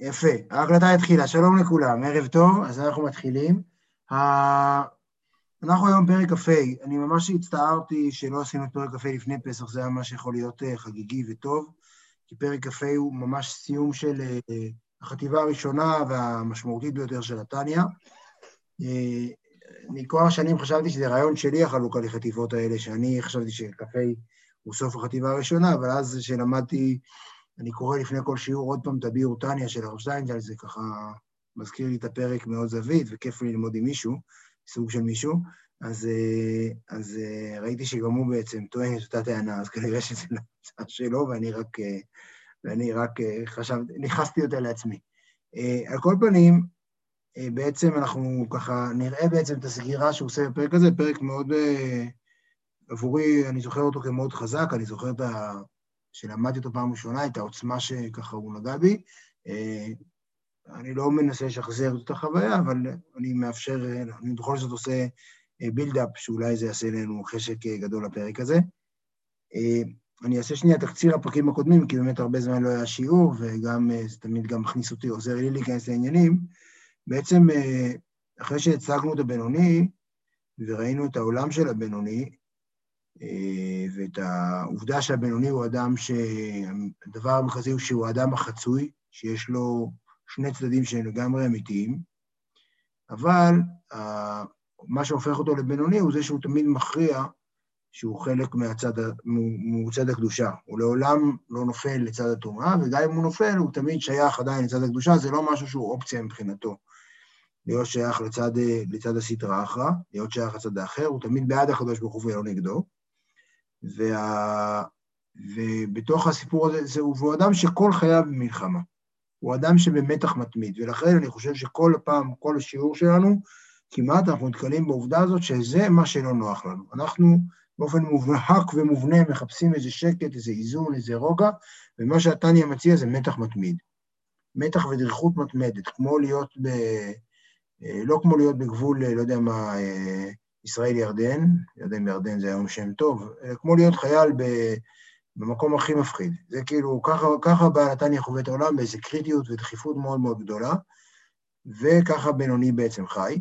יפה, ההקלטה התחילה, שלום לכולם, ערב טוב, אז אנחנו מתחילים. אנחנו היום פרק כ"ה, אני ממש הצטערתי שלא עשינו פרק כ"ה לפני פסח, זה היה ממש יכול להיות חגיגי וטוב, כי פרק כ"ה הוא ממש סיום של החטיבה הראשונה והמשמעותית ביותר של התניא. אני כל השנים חשבתי שזה רעיון שלי, החלוקה לחטיבות האלה, שאני חשבתי שכ"ה הוא סוף החטיבה הראשונה, אבל אז שלמדתי, אני קורא לפני כל שיעור עוד פעם את הביאור תניא של הרב שטיינזלץ, זה ככה מזכיר לי את הפרק מאוד זווית, וכיף לי ללמוד עם מישהו, סוג של מישהו, אז ראיתי שגם הוא בעצם טוען את אותה טענה, אז כנראה שזה לא הצעה שלו, ואני רק נכנסתי אותה לעצמי. על כל פנים, בעצם אנחנו ככה נראה בעצם את הסגירה שהוא עושה בפרק הזה, פרק מאוד, עבורי, אני זוכר אותו כמאוד חזק, אני זוכר שלמדתי אותו פעם ראשונה, את העוצמה שככה הוא נגע בי. אני לא מנסה לשחזר את החוויה, אבל אני מאפשר, אני בכל זאת עושה בילדאפ, שאולי זה יעשה לנו חשק גדול לפרק הזה. אני אעשה שנייה תקציר הפרקים הקודמים, כי באמת הרבה זמן לא היה שיעור, וגם זה תמיד גם מכניס אותי, עוזר לי להיכנס לעניינים. בעצם, אחרי שהצגנו את הבינוני, וראינו את העולם של הבינוני, ואת העובדה שהבינוני הוא אדם הדבר המרכזי הוא שהוא האדם החצוי, שיש לו שני צדדים שהם לגמרי אמיתיים, אבל מה שהופך אותו לבינוני הוא זה שהוא תמיד מכריע שהוא חלק מצד הקדושה. הוא לעולם לא נופל לצד הטומאה, וגם אם הוא נופל הוא תמיד שייך עדיין לצד הקדושה, זה לא משהו שהוא אופציה מבחינתו. להיות שייך לצד הסטרא אחרא, להיות שייך לצד האחר, הוא תמיד בעד הקדוש ברוך הוא ולא נגדו. ובתוך הסיפור הזה, הוא אדם שכל חייו במלחמה. הוא אדם שבמתח מתמיד, ולכן אני חושב שכל פעם, כל השיעור שלנו, כמעט אנחנו נתקלים בעובדה הזאת, שזה מה שלא נוח לנו. אנחנו באופן מובהק ומובנה מחפשים איזה שקט, איזה איזון, איזה רוגע, ומה שהתניא מציע זה מתח מתמיד. מתח ודריכות מתמדת, כמו להיות לא כמו להיות בגבול, לא יודע מה, ישראל-ירדן, ירדן זה היום שם טוב, כמו להיות חייל במקום הכי מפחיד. זה כאילו, ככה בעל התניא חווה את העולם, באיזו קריטיות ודחיפות מאוד מאוד גדולה, וככה בינוני בעצם חי.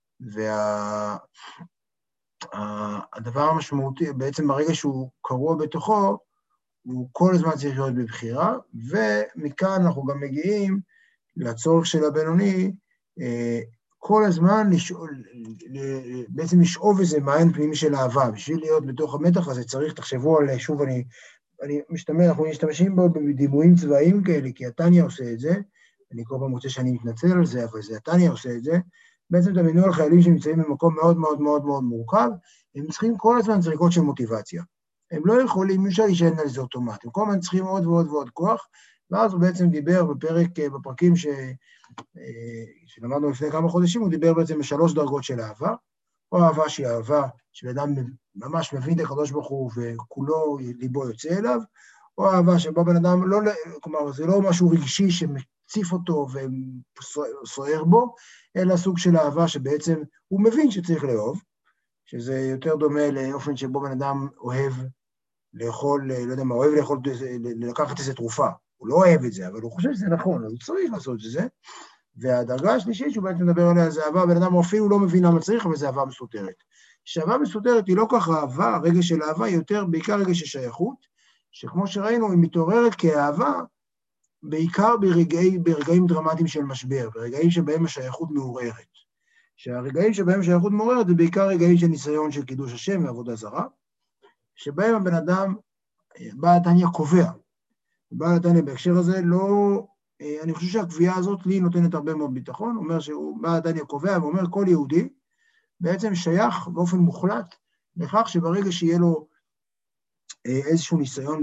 והדבר המשמעותי, בעצם ברגע שהוא קרוע בתוכו, הוא כל הזמן צריך להיות בבחירה, ומכאן אנחנו גם מגיעים לצורך של הבינוני, כל הזמן בעצם לשאוב איזה מעיין פנימי של אהבה. בשביל להיות בתוך המתח הזה צריך, תחשבו על, שוב אנחנו משתמשים בו בדימויים צבאיים כאלה, כי התניא עושה את זה, אני כל פעם רוצה שאני מתנצל על זה, אבל זה התניא עושה את זה, בעצם תמינו על חיילים שנמצאים במקום מאוד מאוד מאוד מאוד מורכב, הם צריכים כל הזמן זריקות של מוטיבציה. הם לא יכולים, אפשר להישען על זה אוטומט, הם כל הזמן צריכים עוד ועוד ועוד כוח, ואז הוא בעצם דיבר בפרקים שלמדנו לפני כמה חודשים, הוא דיבר בעצם בשלוש דרגות של אהבה, או אהבה שהיא אהבה, שבאדם ממש מבין את הקדוש ברוך הוא וכולו ליבו יוצא אליו, או אהבה שבה בן אדם כלומר, זה לא משהו רגשי שמציף אותו וסוער בו, אלא סוג של אהבה שבעצם הוא מבין שצריך לאהוב, שזה יותר דומה לאופן שבו בן אדם אוהב לאכול, לא יודע מה, אוהב לאכול, לקחת איזו תרופה. הוא לא אוהב את זה, אבל הוא חושב שזה נכון, הוא צריך לעשות את זה. והדרגה השלישית שהוא בעצם מדבר עליה זה אהבה, בן אדם אפילו לא מבין למה צריך, אבל זה אהבה מסותרת. שאהבה מסותרת היא לא ככה אהבה, הרגע של אהבה היא יותר בעיקר רגע של שייכות, שכמו שראינו היא מתעוררת כאהבה, בעיקר ברגעים דרמטיים של משבר, ברגעים שבהם השייכות מעוררת. שהרגעים שבהם השייכות מעוררת זה בעיקר רגעים של ניסיון של קידוש השם ועבודה זרה, שבהם הבן אדם, בעל התניא קובע. בעל התניא בהקשר הזה לא, אני חושב שהקביעה הזאת לי נותנת הרבה מאוד ביטחון, אומר שהוא בעל התניא קובע ואומר כל יהודי בעצם שייך באופן מוחלט לכך שברגע שיהיה לו איזשהו ניסיון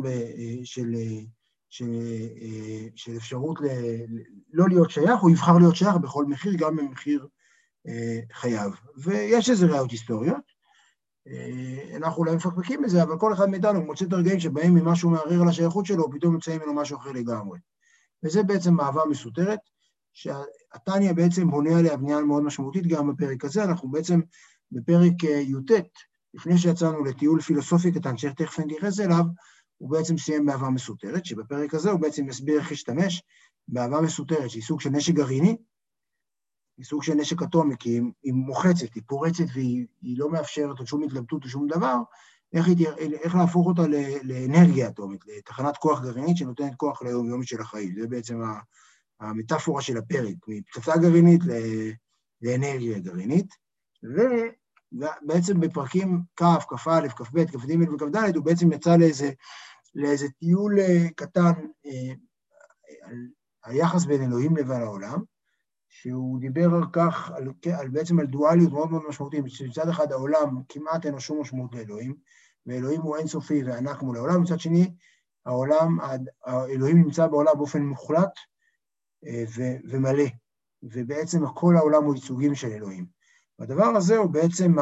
של אפשרות לא להיות שייך, הוא יבחר להיות שייך בכל מחיר, גם במחיר חייו. ויש איזה ראיות היסטוריות, אנחנו אולי מפקפקים בזה, אבל כל אחד מאיתנו מוצא את הרגעים שבהם ממשהו מערער על השייכות שלו, פתאום מצאים ממנו משהו אחר לגמרי. וזה בעצם אהבה מסותרת, שהתניא בעצם בונה עליה בנייה מאוד משמעותית גם בפרק הזה, אנחנו בעצם בפרק י"ט, לפני שיצאנו לטיול פילוסופי קטן, שתכף נתייחס אליו, הוא בעצם סיים באהבה מסותרת, שבפרק הזה הוא בעצם יסביר איך להשתמש באהבה מסותרת, שהיא סוג של נשק גרעיני, היא סוג של נשק אטומי, כי היא מוחצת, היא פורצת והיא לא מאפשרת עוד שום התלבטות או שום דבר, איך להפוך אותה לאנרגיה אטומית, לתחנת כוח גרעינית שנותנת כוח ליום-יומית של החיים. זה בעצם המטאפורה של הפרק, מפצצה גרעינית לאנרגיה גרעינית, ובעצם בפרקים כ', כ"א, כ"ב, כ"ג וכ"ד, הוא בעצם יצא לאיזה טיול קטן על היחס בין אלוהים לבין העולם, שהוא דיבר על כך, בעצם על דואליות מאוד מאוד משמעותית, שמצד אחד העולם כמעט אין לו שום משמעות לאלוהים, ואלוהים הוא אינסופי וענק מול העולם, מצד שני, האלוהים נמצא בעולם באופן מוחלט ומלא, ובעצם כל העולם הוא ייצוגים של אלוהים. והדבר הזה הוא בעצם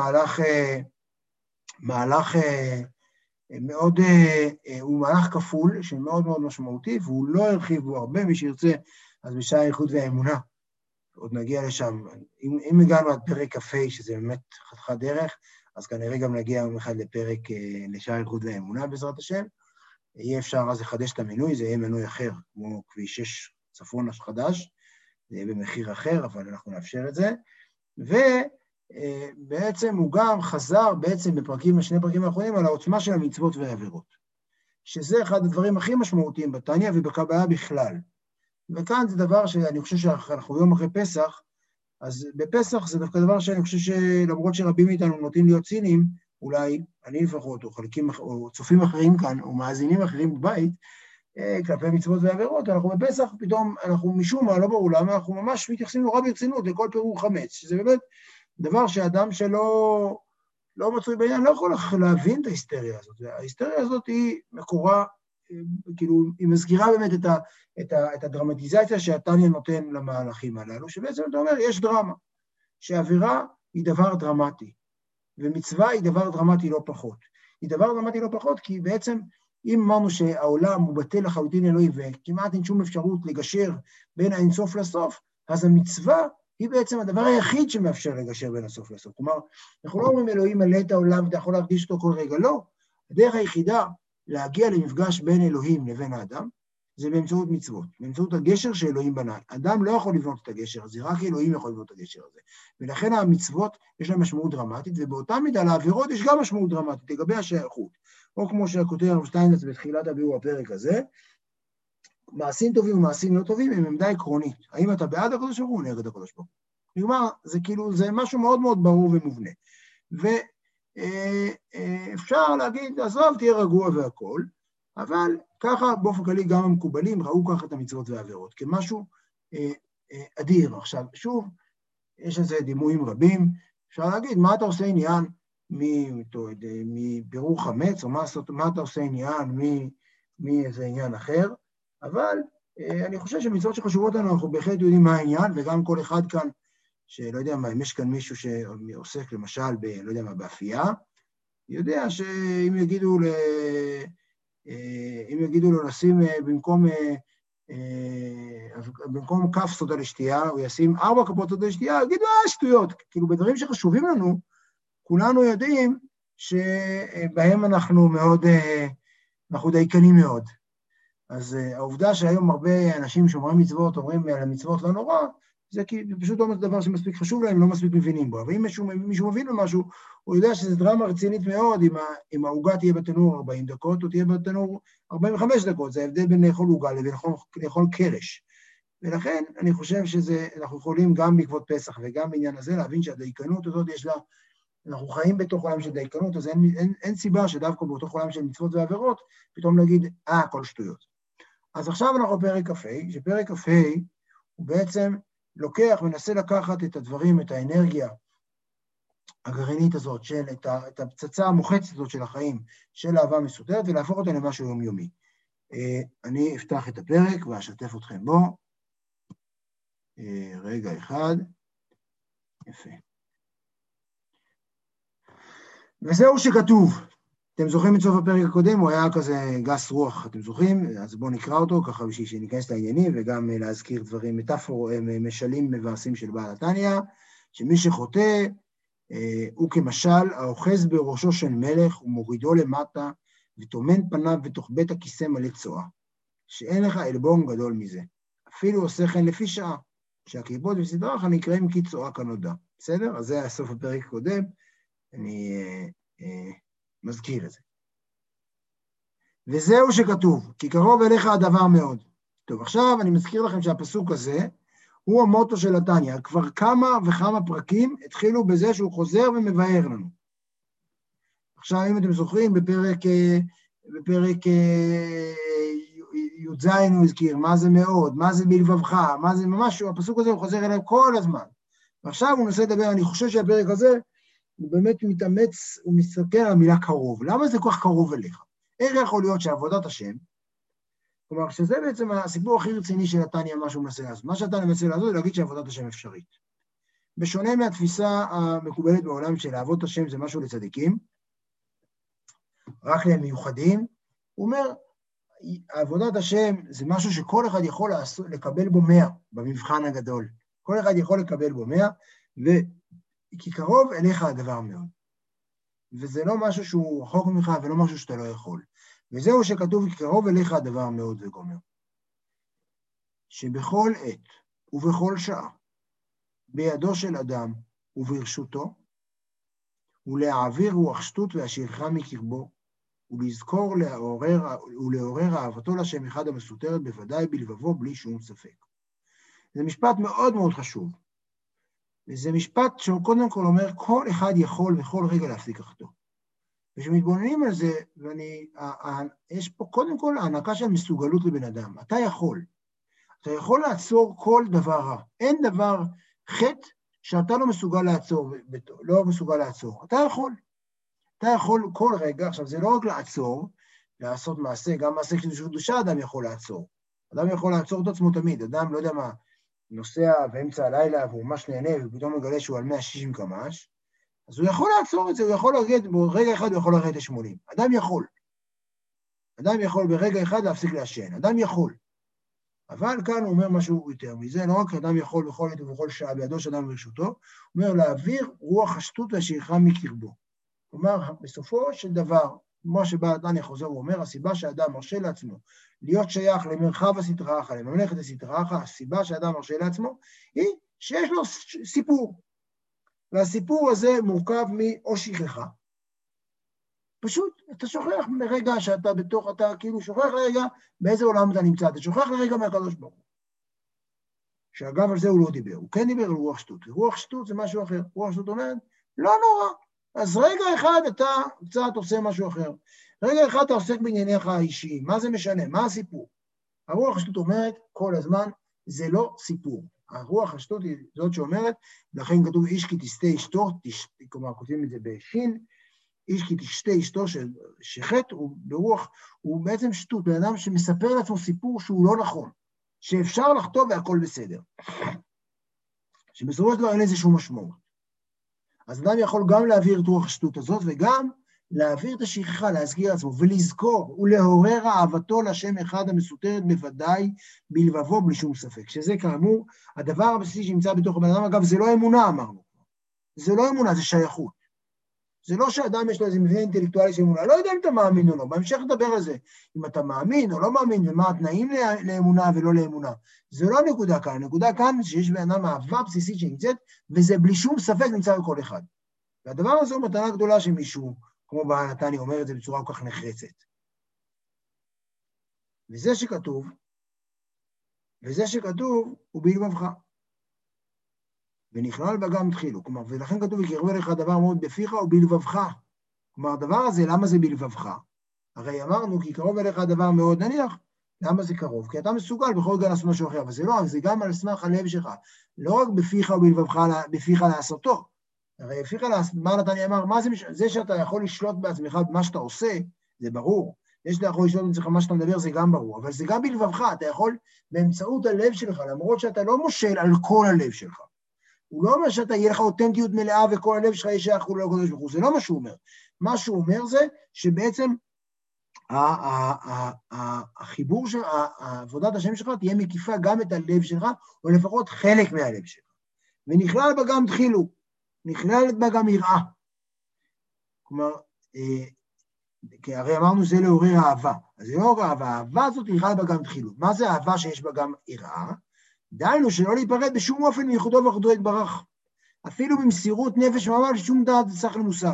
מהלך מאוד, הוא מהלך כפול, שמאוד מאוד משמעותי, והוא לא הרחיב בו הרבה, מי שירצה, אז בשעה האיחוד והאמונה, עוד נגיע לשם. אם הגענו עד פרק כ"ה, שזה באמת חתיכת דרך, אז כנראה גם נגיע יום אחד לפרק לשעה האיחוד והאמונה בעזרת השם. יהיה אפשר אז לחדש את המינוי, זה יהיה מינוי אחר, כמו כביש 6 צפון חדש, זה יהיה במחיר אחר, אבל אנחנו נאפשר את זה. ובעצם הוא גם חזר בעצם בשני פרקים האחרונים על העוצמה של המצוות והעבירות, שזה אחד הדברים הכי משמעותיים בתניא ובקבלה בכלל. וכאן זה דבר שאני חושב שאנחנו יום אחרי פסח, אז בפסח זה דווקא דבר שאני חושב שלמרות שרבים מאיתנו נוטים להיות ציניים, אולי אני לפחות, או חלקים, או צופים אחרים כאן, או מאזינים אחרים בבית, כלפי מצוות ועבירות, אנחנו בפסח פתאום, אנחנו משום מה, לא ברור למה, אנחנו ממש מתייחסים נורא ברצינות לכל פירור חמץ, שזה באמת דבר שאדם שלא מצוי בעניין, לא יכול להבין את ההיסטריה הזאת. ההיסטריה הזאת היא מקורה, כאילו, היא מזכירה באמת את הדרמטיזציה שהתניא נותן למהלכים הללו, שבעצם אתה אומר, יש דרמה, שעבירה היא דבר דרמטי, ומצווה היא דבר דרמטי לא פחות. היא דבר דרמטי לא פחות, כי בעצם, אם אמרנו שהעולם הוא בטל לחלוטין אלוהי, וכמעט אין שום אפשרות לגשר בין האינסוף לסוף, אז המצווה היא בעצם הדבר היחיד שמאפשר לגשר בין הסוף לסוף. כלומר, אנחנו לא אומרים אלוהים מלא את העולם ואתה יכול להקדיש אותו כל רגע, לא. הדרך היחידה להגיע למפגש בין אלוהים לבין האדם, זה באמצעות מצוות, באמצעות הגשר שאלוהים בנה. אדם לא יכול לבנות את הגשר הזה, רק אלוהים יכול לבנות את הגשר הזה. ולכן המצוות יש להם משמעות דרמטית, ובאותה מידה לעבירות יש גם משמעות דרמטית, לגבי השייכות. או כמו שכותב הרב שטיינזלץ בתחילת הביאור הפרק הזה, מעשים טובים ומעשים לא טובים הם עמדה עקרונית. האם אתה בעד הקדוש ברוך הוא או נגד הקדוש ברוך הוא? כלומר, זה כאילו, זה משהו מאוד מאוד ברור ומובנה. ואפשר להגיד, עזוב, תהיה רגוע והכל, אבל ככה באופן כללי גם המקובלים ראו ככה את המצוות והעבירות, כמשהו אדיר. עכשיו, שוב, יש על זה דימויים רבים, אפשר להגיד, מה אתה עושה עניין מבירור חמץ, או מה אתה עושה עניין מאיזה עניין אחר, אבל אני חושב שמצוות שחשובות לנו, אנחנו בהחלט יודעים מה העניין, וגם כל אחד כאן, שלא יודע מה, אם יש כאן מישהו שעוסק למשל, לא יודע מה, באפייה, יודע שאם יגידו לו לשים במקום כף סודה לשתייה, הוא ישים 4 כפות סודה לשתייה, יגידו, שטויות. כאילו בדברים שחשובים לנו, כולנו יודעים שבהם אנחנו דייקנים מאוד. אז העובדה שהיום הרבה אנשים שומרים מצוות, אומרים על המצוות לא נורא, זה כי פשוט לא דבר שמספיק חשוב להם, לא מספיק מבינים בו. אבל אם מישהו מבין במשהו, הוא יודע שזו דרמה רצינית מאוד, אם העוגה תהיה בתנור 40 דקות, או תהיה בתנור 45 דקות, זה ההבדל בין לאכול עוגה לבין לאכול קרש. ולכן אני חושב שאנחנו יכולים גם בעקבות פסח וגם בעניין הזה להבין שהדייקנות הזאת יש לה, אנחנו חיים בתוך עולם של דייקנות, אז אין סיבה שדווקא באותו עולם של מצוות ועבירות, פתאום נגיד, כל שטויות. אז עכשיו אנחנו בפרק כ"ה, שפרק כ"ה הוא בעצם לוקח, מנסה לקחת את הדברים, את האנרגיה הגרעינית הזאת, את הפצצה המוחצת הזאת של החיים, של אהבה מסודרת, ולהפוך אותה למשהו יומיומי. אני אפתח את הפרק ואשתף אתכם בו. רגע אחד. יפה. וזהו שכתוב. אתם זוכרים את סוף הפרק הקודם, הוא היה כזה גס רוח, אתם זוכרים? אז בואו נקרא אותו, ככה בשביל שניכנס לעניינים, וגם להזכיר דברים משלים מבאסים של בעל התניא, שמי שחוטא, הוא כמשל, האוחז בראשו של מלך, ומורידו למטה, וטומן פניו בתוך בית הכיסא מלא צואה, שאין לך עלבון גדול מזה. אפילו עושה כן לפי שעה, שהקליפות בסדרך נקראים כי צועק הנודע. בסדר? אז זה היה סוף הפרק הקודם, אני מזכיר את זה. וזהו שכתוב, כי קרוב אליך הדבר מאוד. טוב, עכשיו אני מזכיר לכם שהפסוק הזה, הוא המוטו של התניא. כבר כמה וכמה פרקים התחילו בזה שהוא חוזר ומבאר לנו. עכשיו, אם אתם זוכרים, בפרק י"ז הוא הזכיר, מה זה מאוד, מה זה בלבבך, מה זה ממש, הפסוק הזה הוא חוזר אליו כל הזמן. ועכשיו הוא ננסה לדבר, אני חושב שהפרק הזה, הוא באמת מתאמץ, הוא מסתכל על המילה קרוב. למה זה כל כך קרוב אליך? איך יכול להיות שעבודת השם, כלומר, שזה בעצם הסיפור הכי רציני של התניא, מה שהוא מנסה לעשות. מה שהתניא מנסה לעשות זה להגיד שעבודת השם אפשרית. בשונה מהתפיסה המקובלת בעולם של לעבוד השם זה משהו לצדיקים, רק להם מיוחדים, הוא אומר, עבודת השם זה משהו שכל אחד יכול לקבל בו 100 במבחן הגדול. כל אחד יכול לקבל בו 100, וכי קרוב אליך הדבר מאוד. וזה לא משהו שהוא רחוק ממך ולא משהו שאתה לא יכול. וזהו שכתוב, כי קרוב אליך הדבר מאוד וגומר. שבכל עת ובכל שעה, בידו של אדם וברשותו, ולהעביר רוח שטות והשאירך מקרבו, ולזכור ולעורר אהבתו לשם אחד המסותרת בוודאי בלבבו בלי שום ספק. זה משפט מאוד מאוד חשוב. וזה משפט שהוא קודם כל אומר, כל אחד יכול בכל רגע להפסיק אחתו. וכשמתבוננים על זה, יש פה קודם כל הענקה של מסוגלות לבן אדם. אתה יכול לעצור כל דבר רע. אין דבר חטא שאתה לא מסוגל לעצור, אתה יכול כל רגע, עכשיו זה לא רק לעצור, לעשות מעשה, גם מעשה של קדושה אדם יכול לעצור. אדם יכול לעצור את עצמו תמיד, אדם לא יודע מה, נוסע באמצע הלילה והוא ממש נהנה ופתאום מגלה שהוא על 160 קמ"ש, אז הוא יכול לעצור את זה, הוא יכול לרדת, ברגע אחד הוא יכול לרדת ל-80. אדם יכול ברגע אחד להפסיק לעשן, אדם יכול. אבל כאן הוא אומר משהו יותר מזה, לא רק אדם יכול בכל עת ובכל שעה בידו של אדם ברשותו, הוא אומר להעביר רוח השטות והשאירך מקרבו. כלומר, בסופו של דבר, כמו שבעל התניא חוזר ואומר, הסיבה שאדם מרשה לעצמו להיות שייך למרחב הסטרא אחרא, לממלכת הסטרא אחרא, הסיבה שאדם מרשה לעצמו, היא שיש לו סיפור. והסיפור הזה מורכב מאו שכחה. פשוט, אתה שוכח לרגע שאתה בתוך, אתה כאילו שוכח לרגע באיזה עולם אתה נמצא, אתה שוכח לרגע מהקדוש ברוך הוא. שאגב על זה הוא לא דיבר, הוא כן דיבר על רוח שטות. רוח שטות זה משהו אחר. רוח שטות אומרת, לא נורא. אז רגע אחד אתה קצת עושה משהו אחר. רגע אחד אתה עוסק בענייניך האישיים. מה זה משנה? מה הסיפור? הרוח השטות אומרת כל הזמן, זה לא סיפור. הרוח השטות היא זאת שאומרת, לכן כתוב איש כי תשתה אשתו, כלומר כותבים את זה בשין, איש כי תשתה אשתו שחטא הוא ברוח, הוא בעצם שטות, בן אדם שמספר לעצמו סיפור שהוא לא נכון, שאפשר לחטוא והכל בסדר. שבסופו של דבר אין לזה שום משמעות. אז אדם יכול גם להעביר את רוח השטות הזאת, וגם להעביר את השכחה, להזכיר עצמו, ולזכור ולעורר אהבתו לשם אחד המסותרת בוודאי בלבבו בלי שום ספק. שזה כאמור, הדבר הבסיסי שנמצא בתוך הבן אדם, אגב, זה לא אמונה, אמרנו. זה לא אמונה, זה שייכות. זה לא שאדם יש לו איזה מבנה אינטלקטואלי של אמונה, לא יודע אם אתה מאמין או לא, בהמשך נדבר על זה, אם אתה מאמין או לא מאמין, ומה התנאים לאמונה ולא לאמונה. זה לא הנקודה כאן, הנקודה כאן שיש בן אדם אהבה בסיסית שנמצאת, וזה בלי שום ספק נמצא בכל אחד. והדבר הזה הוא מתנה גדולה שמישהו, כמו בעל התניא אומר את זה בצורה כל כך נחרצת. וזה שכתוב הוא בלבבך. ונכלל בה גם תחילו, כלומר, ולכן כתוב, יקרב אליך דבר מאוד בפיך ובלבבך. כלומר, הדבר הזה, למה זה בלבבך? הרי אמרנו, כי קרוב אליך הדבר מאוד נניח, למה זה קרוב? כי אתה מסוגל בכל רגע לעשות משהו אחר, אבל זה לא, זה גם על סמך הלב שלך, לא רק בפיך ובלבבך, בפיך לעשותו. הרי בפיך, מה נתניה אמר, מה זה שאתה יכול לשלוט בעצמך במה שאתה עושה, זה ברור. זה שאתה יכול לשלוט בעצמך מה שאתה מדבר, זה גם ברור, אבל זה גם בלבבך, אתה יכול באמצעות הלב שלך, למרות שאתה לא מושל על כל הלב שלך. הוא לא אומר שאתה יהיה לך אותנטיות מלאה וכל הלב שלך יש שייך כולו לקדוש ברוך הוא, זה לא מה שהוא אומר. מה שהוא אומר זה שבעצם החיבור של עבודת השם שלך תהיה מקיפה גם את הלב שלך, או לפחות חלק מהלב שלך. ונכלל בה גם תחילו, נכלל בה גם יראה. כלומר, כי הרי אמרנו זה לעורר אהבה, אז זה לא אהבה, האהבה הזאת נכלל בה גם תחילו. מה זה אהבה שיש בה גם יראה? דהיינו שלא להיפרד בשום אופן מייחודו ואחדותו יתברך, אפילו במסירות נפש ממש שום דעת ושכל מושג,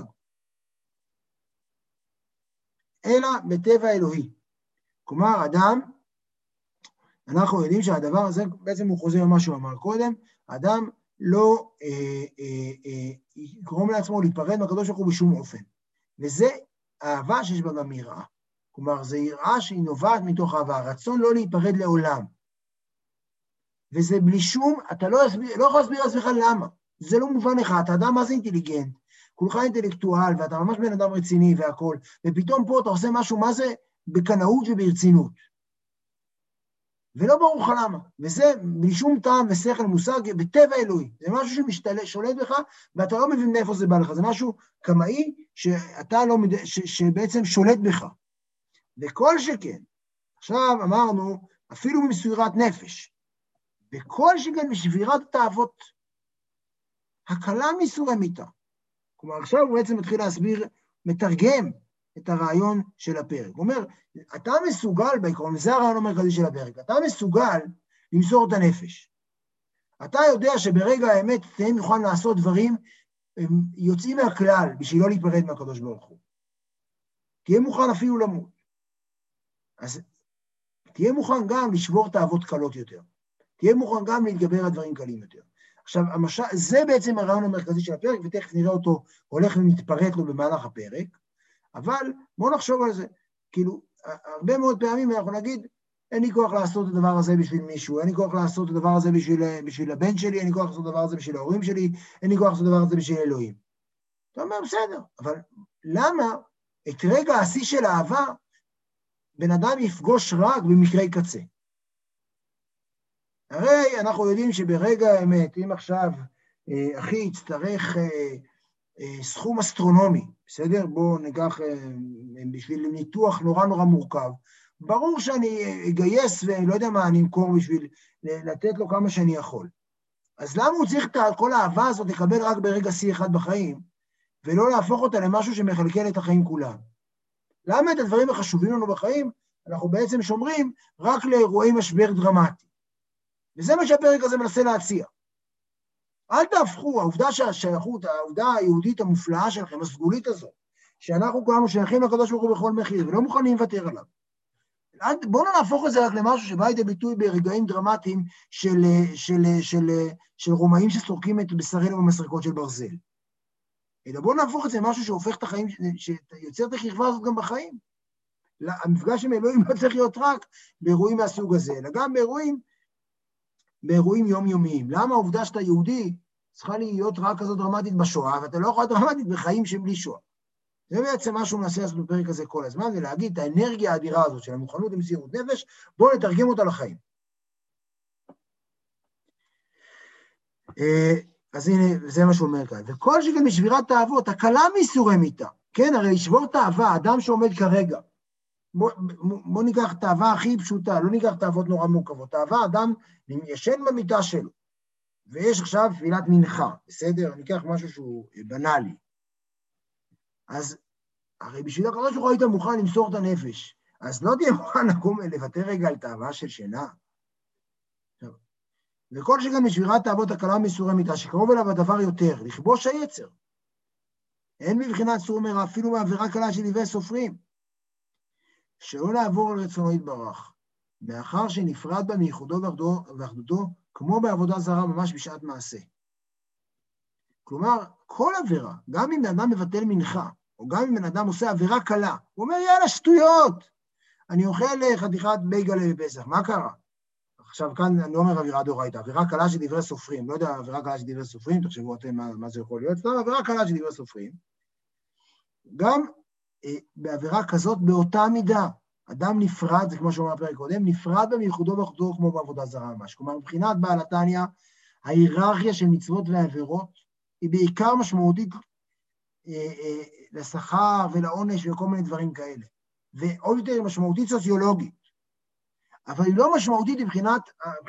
אלא בטבע אלוהי. כלומר, אדם, אנחנו יודעים שהדבר הזה, בעצם הוא חוזר למה שהוא אמר קודם, האדם לא יגרום לעצמו להיפרד מהקדוש ברוך הוא בשום אופן. וזה אהבה שיש בה גם יראה. כלומר, זו יראה שהיא נובעת מתוך אהבה, הרצון לא להיפרד לעולם. וזה בלי שום, אתה לא יכול להסביר לעצמך למה. זה לא מובן לך, אתה אדם מה זה אינטליגנט, כולך אינטלקטואל, ואתה ממש בן אדם רציני והכל, ופתאום פה אתה עושה משהו, מה זה? בקנאות וברצינות. ולא ברור לך למה. וזה בלי שום טעם ושכל מושג, בטבע אלוהי. זה משהו ששולט בך, ואתה לא מבין מאיפה זה בא לך. זה משהו קמאי שבעצם שולט בך. וכל שכן, עכשיו אמרנו, אפילו במסירת נפש, וכל שכן בשבירת התאוות, הקלה מסורי מיתה. כלומר, עכשיו הוא בעצם מתחיל להסביר, מתרגם את הרעיון של הפרק. הוא אומר, אתה מסוגל בעיקרון, זה הרעיון המרכזי של הפרק, אתה מסוגל למסור את הנפש. אתה יודע שברגע האמת תהיה מוכן לעשות דברים יוצאים מהכלל, בשביל לא להיפרד מהקדוש ברוך הוא. תהיה מוכן אפילו למות. אז תהיה מוכן גם לשבור תאוות קלות יותר. תהיה מוכן גם להתגבר על דברים קלים יותר. עכשיו, זה בעצם הרעיון המרכזי של הפרק, ותכף נראה אותו הולך ומתפרט לו במהלך הפרק, אבל בואו נחשוב על זה. כאילו, הרבה מאוד פעמים אנחנו נגיד, אין לי כוח לעשות את הדבר הזה בשביל מישהו, אין לי כוח לעשות את הדבר הזה בשביל הבן שלי, אין לי כוח לעשות את הדבר הזה בשביל ההורים שלי, אין לי כוח לעשות את הדבר הזה בשביל אלוהים. אתה אומר, בסדר, אבל למה את רגע השיא של האהבה, בן אדם יפגוש רק במקרי קצה? הרי אנחנו יודעים שברגע האמת, אם עכשיו אחי יצטרך סכום אסטרונומי, בסדר? בואו ניקח בשביל ניתוח נורא נורא מורכב, ברור שאני אגייס ולא יודע מה אני אמכור בשביל לתת לו כמה שאני יכול. אז למה הוא צריך את כל האהבה הזאת לקבל רק ברגע שיא אחד בחיים, ולא להפוך אותה למשהו שמחלקל את החיים כולם? למה את הדברים החשובים לנו בחיים, אנחנו בעצם שומרים רק לאירועי משבר דרמטי? וזה מה שהפרק הזה מנסה להציע. אל תהפכו, העובדה שהשייכות, העובדה היהודית המופלאה שלכם, הסגולית הזאת, שאנחנו כולנו שייכים לקדוש ברוך הוא בכל מחיר, ולא מוכנים לוותר עליו. בואו לא נהפוך את זה רק למשהו שבא לידי ביטוי ברגעים דרמטיים של רומאים שסורקים את בשרנו במסרקות של ברזל. אלא בואו נהפוך את זה למשהו שהופך את החיים, שיוצר את הקרבה הזאת גם בחיים. המפגש עם אלוהים לא צריך להיות רק באירועים מהסוג הזה, אלא גם באירועים יומיומיים. למה העובדה שאתה יהודי צריכה להיות רק כזאת דרמטית בשואה, ואתה לא יכול להיות דרמטית בחיים שבלי שואה? זה בעצם מה שהוא מנסה לעשות בפרק הזה כל הזמן, ולהגיד את האנרגיה האדירה הזאת של המוכנות למסירות נפש, בואו נתרגם אותה לחיים. אז הנה, זה מה שהוא אומר כאן. וכל שכן משבירת תאוות, הקלה מסורי מיתה. כן, הרי לשבור תאווה, אדם שעומד כרגע, בוא ניקח תאווה הכי פשוטה, לא ניקח תאוות נורא מורכבות. תאווה, אדם ישן במיטה שלו, ויש עכשיו תפילת מנחה, בסדר? ניקח משהו שהוא בנאלי. אז הרי בשביל הקדוש ברוך הוא היית מוכן למסור את הנפש, אז לא תהיה מוכן לקום לוותר רגע על תאווה של שינה. וכל שגם משבירת תאוות הקלה מסורי מיתה, שקרוב אליו הדבר יותר, לכבוש היצר. אין מבחינת סור מרע, אפילו מעבירה קלה של דברי סופרים. שלא לעבור על רצונו יתברך, מאחר שנפרד בה מייחודו ואחדותו, כמו בעבודה זרה ממש בשעת מעשה. כלומר, כל עבירה, גם אם אדם מבטל מנחה, או גם אם אדם עושה עבירה קלה, הוא אומר, יאללה, שטויות, אני אוכל חתיכת בייגלה בפסח, מה קרה? עכשיו, כאן אני לא אומר עבירה דאורייתא, עבירה קלה של דברי סופרים, לא יודע, עבירה קלה של דברי סופרים, תחשבו אתם מה זה יכול להיות, סתם עבירה קלה של דברי סופרים. גם בעבירה כזאת, באותה מידה, אדם נפרד, זה כמו שאומר הפרק קודם, נפרד במייחודו ואחדותו כמו בעבודה זרה ממש. כלומר, מבחינת בעל התניא, ההיררכיה של מצוות ועבירות, היא בעיקר משמעותית לשכר ולעונש וכל מיני דברים כאלה. ועוד יותר משמעותית סוציולוגית. אבל היא לא משמעותית מבחינת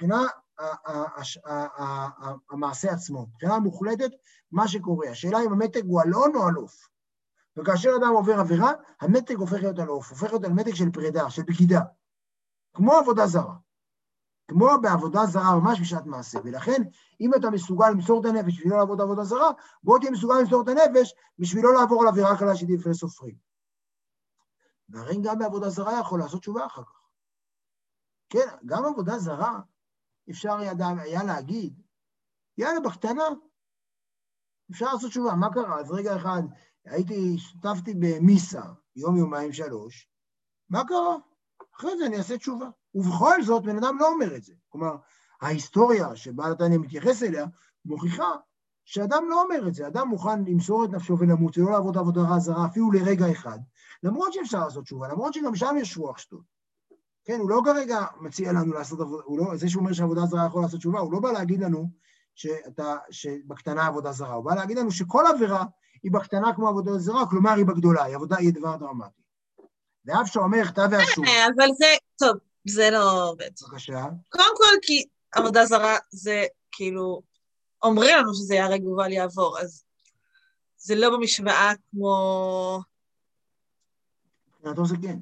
המעשה עצמו. מבחינה מוחלטת, מה שקורה. השאלה אם המתג הוא על און או על אוף. וכאשר אדם עובר עבירה, המתג הופך להיות על אוף, הופך להיות על מתג של פרידה, של בגידה. כמו עבודה זרה. כמו בעבודה זרה, ממש בשעת מעשה. ולכן, אם אתה מסוגל למסור את הנפש בשביל לא לעבוד עבודה זרה, בוא תהיה מסוגל למסור את הנפש בשביל לא לעבור על עבירה קלה שתהיה לפני סופרים. והרי גם בעבודה זרה יכול לעשות תשובה אחר כך. כן, גם עבודה זרה, אפשר היה להגיד, יאללה, בקטנה, אפשר לעשות תשובה. מה קרה? אז רגע אחד, השתתפתי במיסה, יום, יומיים, 3, מה קרה? אחרי זה אני אעשה תשובה. ובכל זאת, בן אדם לא אומר את זה. כלומר, ההיסטוריה שבעל התניא מתייחס אליה, מוכיחה שאדם לא אומר את זה. אדם מוכן למסור את נפשו ולמות, ולא לעבוד עבודה זרה, אפילו לרגע אחד, למרות שאפשר לעשות תשובה, למרות שגם שם יש רוח שטות. כן, הוא לא כרגע מציע לנו לעשות עבודה, זה שהוא אומר שעבודה זרה יכול לעשות תשובה, הוא לא בא להגיד לנו שבקטנה עבודה זרה, הוא בא להגיד לנו שכל עבירה היא בקטנה כמו עבודה זרה, כלומר היא בגדולה, היא דבר דרמטי. ואף שאומר כתב והשוב. אבל זה, טוב, זה לא עובד. בבקשה. קודם כל, כי עבודה זרה זה כאילו, אומרים לנו שזה יהרג ובל יעבור, אז זה לא במשוואה כמו... מבחינתו זה כן.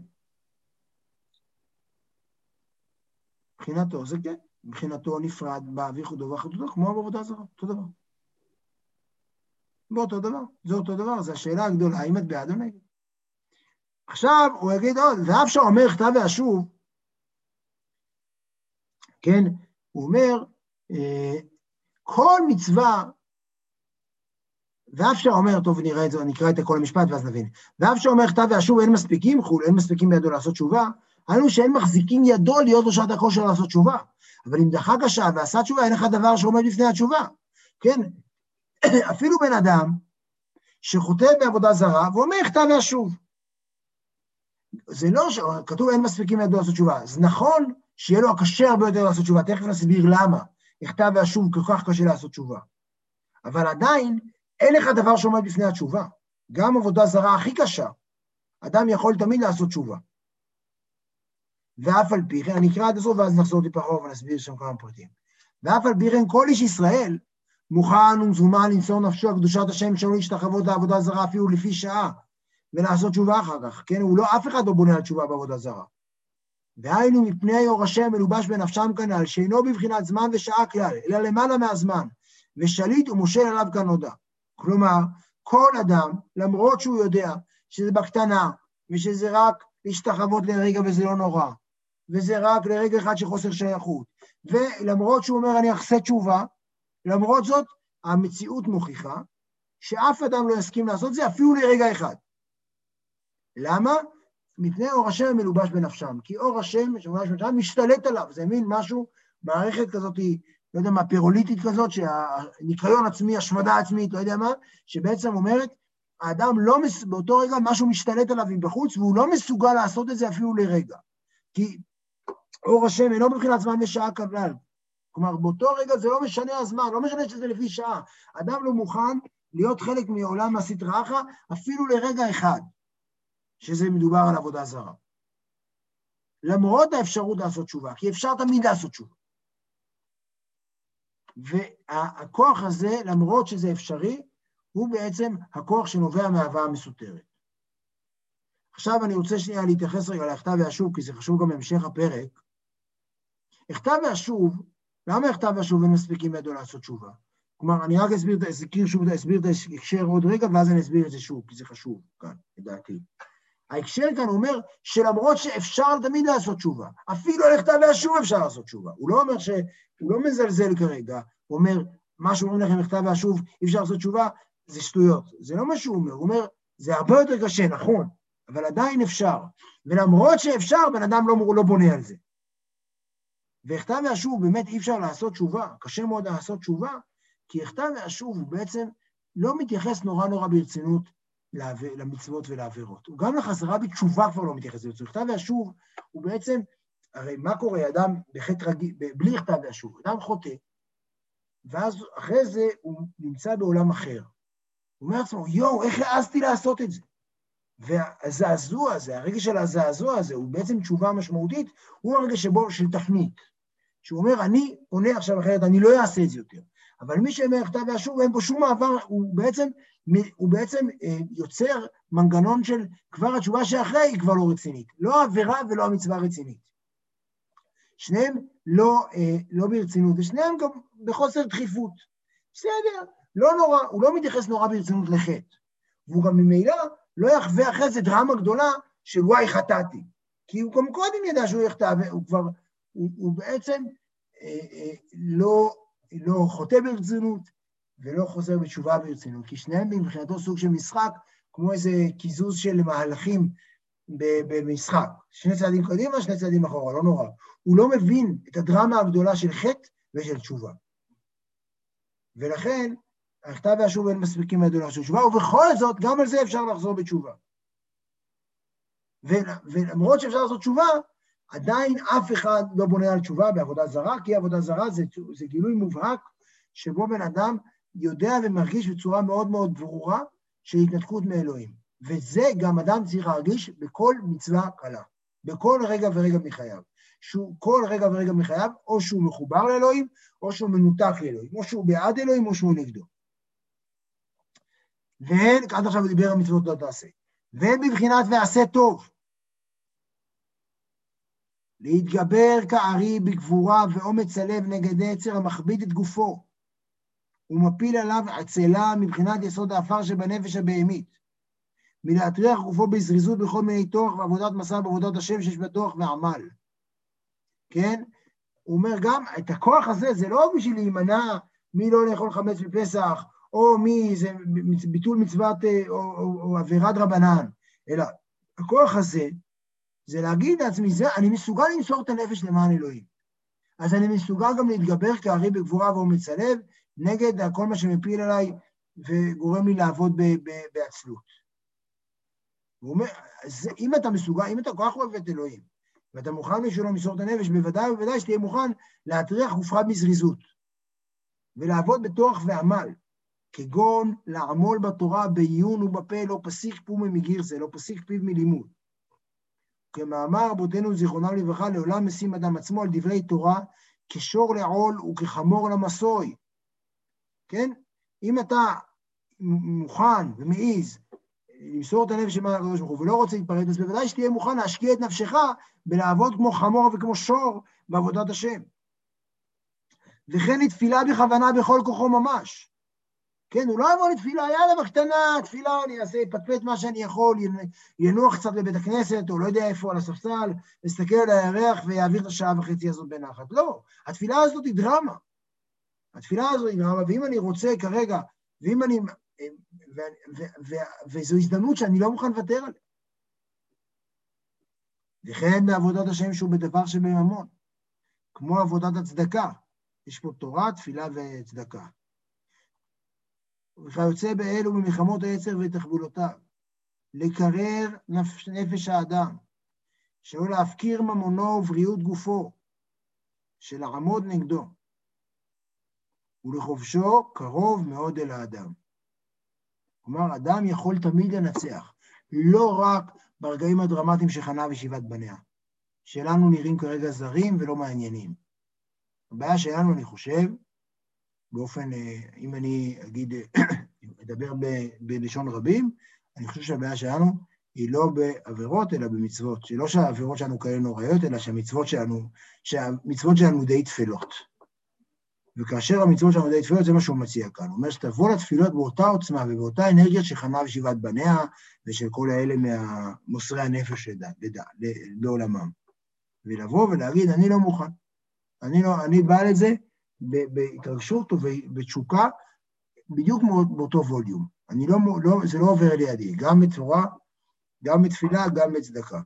מבחינתו זה כן. מבחינתו נפרד באוויר חודו וחודו, כמו בעבודה זרה, אותו דבר. באותו דבר, זה אותו דבר, זו השאלה הגדולה, האם את בעד או נגד? עכשיו הוא יגיד עוד, ואף שאומר כתב והשוב, כן, הוא אומר, כל מצווה, ואף שאומר, טוב נראה את זה, נקרא את כל המשפט ואז נבין, ואף שאומר כתב והשוב אין מספיקים, אין מספיקים בידו לעשות תשובה, היינו שאין מחזיקים ידו להיות לו שעת הכושר לעשות תשובה, אבל אם דחה קשה ועשה תשובה, אין לך דבר שעומד לפני התשובה, כן, אפילו בן אדם שחוטא בעבודה זרה, ואומר כתב והשוב, זה לא, כתוב אין מספיקים ידו לעשות תשובה, זה נכון שיהיה לו הקשה הרבה יותר לעשות תשובה, תכף נסביר למה, הכתב והשוב כל כך קשה לעשות תשובה, אבל עדיין אין לך דבר שעומד בפני התשובה, גם עבודה זרה הכי קשה, אדם יכול תמיד לעשות תשובה, ואף על פי כן, אני אקרא עד הסוף ואז נחזור טיפה אחורה ונסביר שם כמה פרטים, ואף על פי כן כל איש ישראל מוכן ומזומן למסור נפשו על קדושת השם שלא להשתחוות לעבודה זרה אפילו לפי שעה, ולעשות תשובה אחר כך, כן? הוא לא, אף אחד לא בונה על תשובה בעבודה זרה. והיינו מפני אור השם מלובש בנפשם כנ"ל, שאינו בבחינת זמן ושעה כלל, אלא למעלה מהזמן, ושליט ומושל עליו כנודע. כלומר, כל אדם, למרות שהוא יודע שזה בקטנה, ושזה רק להשתחוות לרגע וזה לא נורא, וזה רק לרגע אחד שחוסר שייכות, ולמרות שהוא אומר אני אעשה תשובה, למרות זאת, המציאות מוכיחה, שאף אדם לא יסכים לעשות זה אפילו לרגע אחד. למה? מפני אור השם מלובש בנפשם, כי אור השם משתלט עליו, זה מין משהו, מערכת כזאת, לא יודע מה, פירוליטית כזאת, שהניקיון עצמי, השמדה עצמית, לא יודע מה, שבעצם אומרת, האדם לא, באותו רגע משהו משתלט עליו מבחוץ, והוא לא מסוגל לעשות את זה אפילו לרגע, כי אור השם אינו מבחינת זמן ושעה כלל, כלומר באותו רגע זה לא משנה הזמן, לא משנה שזה לפי שעה, אדם לא מוכן להיות חלק מעולם הסטרא אחרא, אפילו לרגע אחד, שזה מדובר על עבודה זרה. למרות האפשרות לעשות תשובה, כי אפשר תמיד לעשות תשובה. והכוח הזה, למרות שזה אפשרי, הוא בעצם הכוח שנובע מהאהבה המסותרת. עכשיו אני רוצה שנייה להתייחס רגע להכתב והשוב, כי זה חשוב גם בהמשך הפרק. הכתב והשוב, למה הכתב והשוב הם מספיקים בידו לעשות תשובה? כלומר, אני רק אסביר את ההקשר עוד רגע, ואז אני אסביר את זה שוב, כי זה חשוב כאן, לדעתי. ההקשר כאן אומר שלמרות שאפשר תמיד לעשות תשובה, אפילו על הכתב והשוב אפשר לעשות תשובה. הוא לא אומר הוא לא מזלזל כרגע, הוא אומר, מה שאומרים לכם הכתב והשוב, אי אפשר לעשות תשובה, זה שטויות. זה לא מה שהוא אומר, הוא אומר, זה הרבה יותר קשה, נכון, אבל עדיין אפשר. ולמרות שאפשר, בן אדם לא בונה על זה. והכתב והשוב באמת אי אפשר לעשות תשובה, קשה מאוד לעשות תשובה, כי הכתב והשוב הוא בעצם לא מתייחס נורא ברצינות למצוות ולעבירות. הוא גם לחזרה בתשובה כבר לא מתייחס למצוות. הכתב והשוב הוא בעצם, הרי מה קורה? אדם בחטא רגיל, בלי הכתב והשוב, אדם חוטא, ואז אחרי זה הוא נמצא בעולם אחר. הוא אומר לעצמו, איך העזתי לעשות את זה? והזעזוע הזה, הרגע של הזעזוע הזה, הוא בעצם תשובה משמעותית, הוא הרגע שבו של תפנית. שהוא אומר, אני עונה עכשיו אחרת, אני לא אעשה את זה יותר. אבל מי שאומר הכתב והשוב, אין פה שום מעבר, הוא בעצם יוצר מנגנון של כבר התשובה שאחרי היא כבר לא רצינית. לא העבירה ולא המצווה רצינית. שניהם לא ברצינות, ושניהם גם בחוסר דחיפות. בסדר, לא נורא, הוא לא מתייחס נורא ברצינות לחטא, והוא גם ממילא לא יחווה אחרי זה דרמה גדולה של וואי חטאתי, כי הוא גם קודם ידע שהוא יחטא, הוא בעצם לא חוטא ברצינות, ולא חוזר בתשובה ברצינות, כי שניהם מבחינתו סוג של משחק, כמו איזה קיזוז של מהלכים במשחק. שני צעדים קדימה, שני צעדים אחורה, לא נורא. הוא לא מבין את הדרמה הגדולה של חטא ושל תשובה. ולכן, הכתב והשוב אין מספיקים מהדולה של תשובה, ובכל זאת, גם על זה אפשר לחזור בתשובה. ולמרות שאפשר לעשות תשובה, עדיין אף אחד לא בונה על תשובה בעבודה זרה, כי עבודה זרה זה גילוי מובהק, שבו בן אדם יודע ומרגיש בצורה מאוד מאוד ברורה של התנתקות מאלוהים. וזה גם אדם צריך להרגיש בכל מצווה קלה, בכל רגע ורגע מחייו. שהוא כל רגע ורגע מחייו, או שהוא מחובר לאלוהים, או שהוא מנותק לאלוהים, או שהוא בעד אלוהים, או שהוא נגדו. והן, עד עכשיו הוא דיבר על מצוות לא תעשה, והן בבחינת ועשה טוב, להתגבר כארי בגבורה ואומץ הלב נגד יצר המכביד את גופו, ומפיל עליו עצלה מבחינת יסוד האפר שבנפש הבהמית, מלהטריח גופו בזריזות בכל מיני תוך ועבודת מסע בעבודת השם שיש בתוך ועמל. כן? הוא אומר גם, את הכוח הזה, זה לא בשביל להימנע מי לא לאכול חמץ בפסח, או מי זה ביטול מצוות או עבירת רבנן, אלא הכוח הזה, זה להגיד לעצמי, אני מסוגל למסור את הנפש למען אלוהים. אז אני מסוגל גם להתגבר כארי בגבורה ואומץ הלב, נגד כל מה שמפיל עליי וגורם לי לעבוד בעצלות. הוא אומר, אם אתה מסוגל, אם אתה כל כך אוהב את אלוהים, ואתה מוכן משהו למסור את הנפש, בוודאי ובוודאי שתהיה מוכן להטריח גופך בזריזות, ולעבוד בתוך ועמל, כגון לעמול בתורה בעיון ובפה, לא פסיק פום מגירסה, לא פסיק פיו מלימוד. כמאמר רבותינו זיכרונם לברכה, לעולם משים אדם עצמו על דברי תורה, כשור לעול וכחמור למסוי. כן? אם אתה מוכן ומעיז למסור את הנפש למען הקדוש ברוך הוא ולא רוצה להתפרד, אז בוודאי שתהיה מוכן להשקיע את נפשך בלעבוד כמו חמור וכמו שור בעבודת השם. וכן לתפילה בכוונה בכל כוחו ממש. כן, הוא לא יבוא לתפילה, יאללה בקטנה, תפילה, אני אעשה, פטפט מה שאני יכול, ינוח קצת לבית הכנסת, או לא יודע איפה, על הספסל, להסתכל על הירח ויעביר את השעה וחצי הזאת בנחת. לא, התפילה הזאת היא דרמה. התפילה הזאת היא דרמה, ואם אני רוצה כרגע, ואם אני, וזו הזדמנות שאני לא מוכן לוותר עליה. וכן בעבודת השם שהוא בדבר שבממון, כמו עבודת הצדקה. יש פה תורה, תפילה וצדקה. וכיוצא באלו במלחמות היצר ותחבולותיו, לקרר נפש האדם, שלא להפקיר ממונו ובריאות גופו, שלעמוד נגדו, ולחובשו קרוב מאוד אל האדם. כלומר, אדם יכול תמיד לנצח, לא רק ברגעים הדרמטיים שחנה ושבעת בניה, שלנו נראים כרגע זרים ולא מעניינים. הבעיה שלנו, אני חושב, באופן, אם אני אדבר בלשון רבים, אני חושב שהבעיה שלנו היא לא בעבירות, אלא במצוות. שלא שהעבירות שלנו כאלה נוראיות, אלא שהמצוות שלנו די תפלות. וכאשר המצוות שלנו די תפלות, זה מה שהוא מציע כאן. הוא אומר שתבוא לתפילות באותה עוצמה ובאותה אנרגיה שחנה ושבעת בניה, ושל כל האלה מהמוסרי הנפש בעולמם. ולבוא ולהגיד, אני לא מוכן. אני בא לזה, בהתרגשות ובתשוקה, בדיוק באותו ווליום. זה לא עובר לידי, גם בתורה, גם בתפילה, גם בצדקה.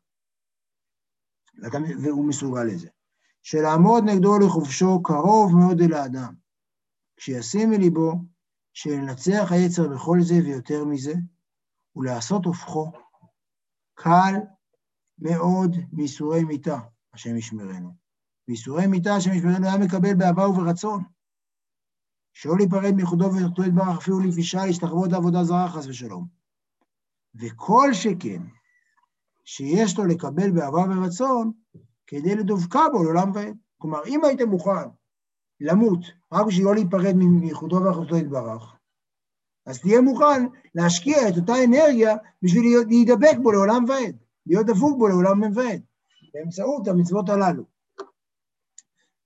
והוא מסוגל לזה. שלעמוד נגדו לחובשו קרוב מאוד אל האדם. כשישים מליבו, שלנצח היצר בכל זה ויותר מזה, ולעשות הופכו, קל מאוד מיסורי מיתה, השם ישמרנו. ויסורי מיתה השם ישמרנו היה מקבל באהבה וברצון. שלא להיפרד מייחודו ותורתו יתברך אפילו לפגישה להשתחוות לעבודה זרה חס ושלום. וכל שכן שיש לו לקבל באהבה וברצון כדי לדבקה בו לעולם ועד. כלומר, אם היית מוכן למות רק בשביל לא להיפרד מייחודו ותורתו יתברך, אז תהיה מוכן להשקיע את אותה אנרגיה בשביל להידבק בו לעולם ועד, להיות דבוק בו לעולם ועד, באמצעות המצוות הללו.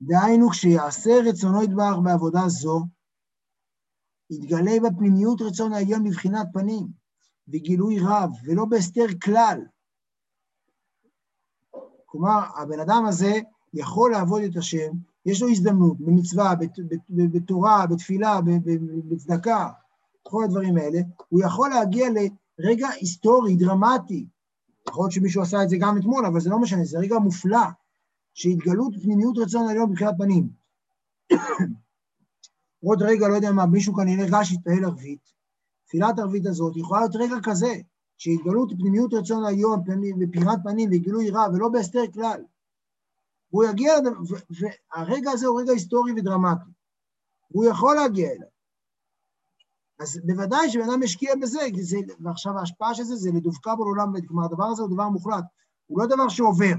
דהיינו, כשיעשה רצונו יתברך בעבודה זו, יתגלה בפנימיות רצון העליון בבחינת פנים, בגילוי רב, ולא בהסתר כלל. כלומר, הבן אדם הזה יכול לעבוד את השם, יש לו הזדמנות במצווה, בתורה, בתפילה, בצדקה, כל הדברים האלה, הוא יכול להגיע לרגע היסטורי, דרמטי. יכול להיות שמישהו עשה את זה גם אתמול, אבל זה לא משנה, זה רגע מופלא, שהתגלות פנימיות רצון העליון בבחינת פנים. עוד רגע, לא יודע מה, מישהו כנראה רש יתפעל ערבית, תפילת ערבית הזאת יכולה להיות רגע כזה, שהתגלות פנימיות רצון העליון בבחינת פנים וגילוי רב, ולא בהסתר כלל. הוא יגיע, והרגע הזה הוא רגע היסטורי ודרמטי. הוא יכול להגיע אליו. אז בוודאי שבן אדם משקיע בזה, ועכשיו ההשפעה של זה, זה לדווקא בעולם, כלומר, הדבר הזה הוא דבר מוחלט, הוא לא דבר שעובר.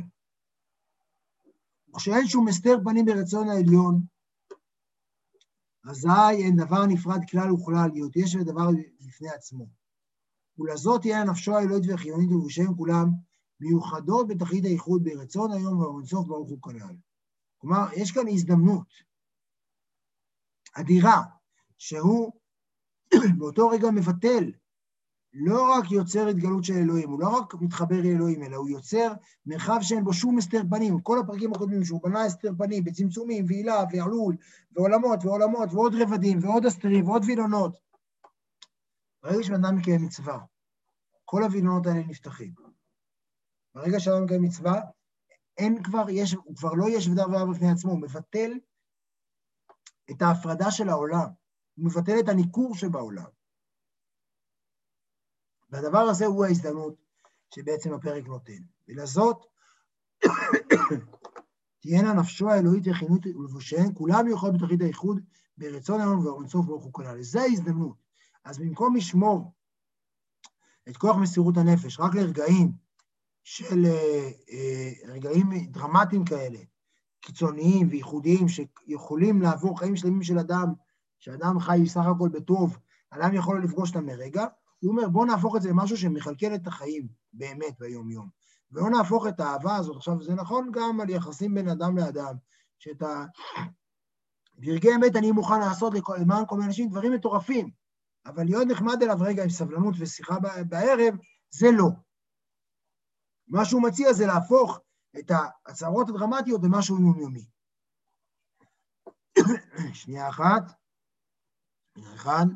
כשאין שום הסתר פנים ברצון העליון, אזי אין דבר נפרד כלל וכלל, להיות יש לדבר לפני עצמו. ולזאת תהיה נפשו האלוהית והחיונית ובשם כולם, מיוחדות בתכלית הייחוד ברצון היום ובאינסוף ברוך הוא כנ"ל. כלומר, יש כאן הזדמנות אדירה, שהוא באותו רגע מבטל, לא רק יוצר התגלות של אלוהים, הוא לא רק מתחבר לאלוהים, אלא הוא יוצר מרחב שאין בו שום הסתר פנים. כל הפרקים הקודמים שהוא בנה הסתר פנים, בצמצומים, ועילה, ועלול, ועולמות, ועולמות, ועוד רבדים, ועוד הסתרים, ועוד וילונות. ברגע שאדם מקיים מצווה, כל הוילונות האלה נפתחים. ברגע שאדם מקיים מצווה, הוא כבר לא יש ודבר בפני עצמו, הוא מבטל את ההפרדה של העולם, הוא מבטל את הניכור שבעולם. והדבר הזה הוא ההזדמנות שבעצם הפרק נותן. ולזאת, תהיינה נפשו האלוהית יחינות ולבושיהן, כולם יוכל בתכלית הייחוד ברצון היום ובאינסוף ברוך הוא כנ"ל. זה ההזדמנות. אז במקום לשמור את כוח מסירות הנפש, רק לרגעים של רגעים דרמטיים כאלה, קיצוניים וייחודיים, שיכולים לעבור חיים שלמים של אדם, שאדם חי סך הכל בטוב, אדם יכול לפגוש אותם לרגע, הוא אומר, בואו נהפוך את זה למשהו שמחלקל את החיים באמת ביום יום. ולא נהפוך את האהבה הזאת, עכשיו זה נכון גם על יחסים בין אדם לאדם, שאת ברגעי אמת אני מוכן לעשות למען כל מיני אנשים דברים מטורפים, אבל להיות נחמד אליו רגע עם סבלנות ושיחה בערב, זה לא. מה שהוא מציע זה להפוך את ההצהרות הדרמטיות למשהו יומיומי. שנייה אחת. אחד.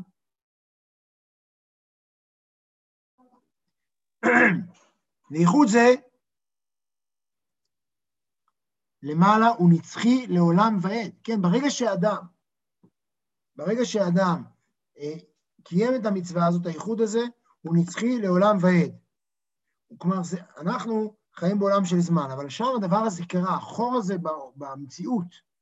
וייחוד זה, למעלה הוא נצחי לעולם ועד. כן, ברגע שאדם קיים את המצווה הזאת, הייחוד הזה, הוא נצחי לעולם ועד. כלומר, אנחנו חיים בעולם של זמן, אבל שם הדבר הזה קרה, החור הזה במציאות,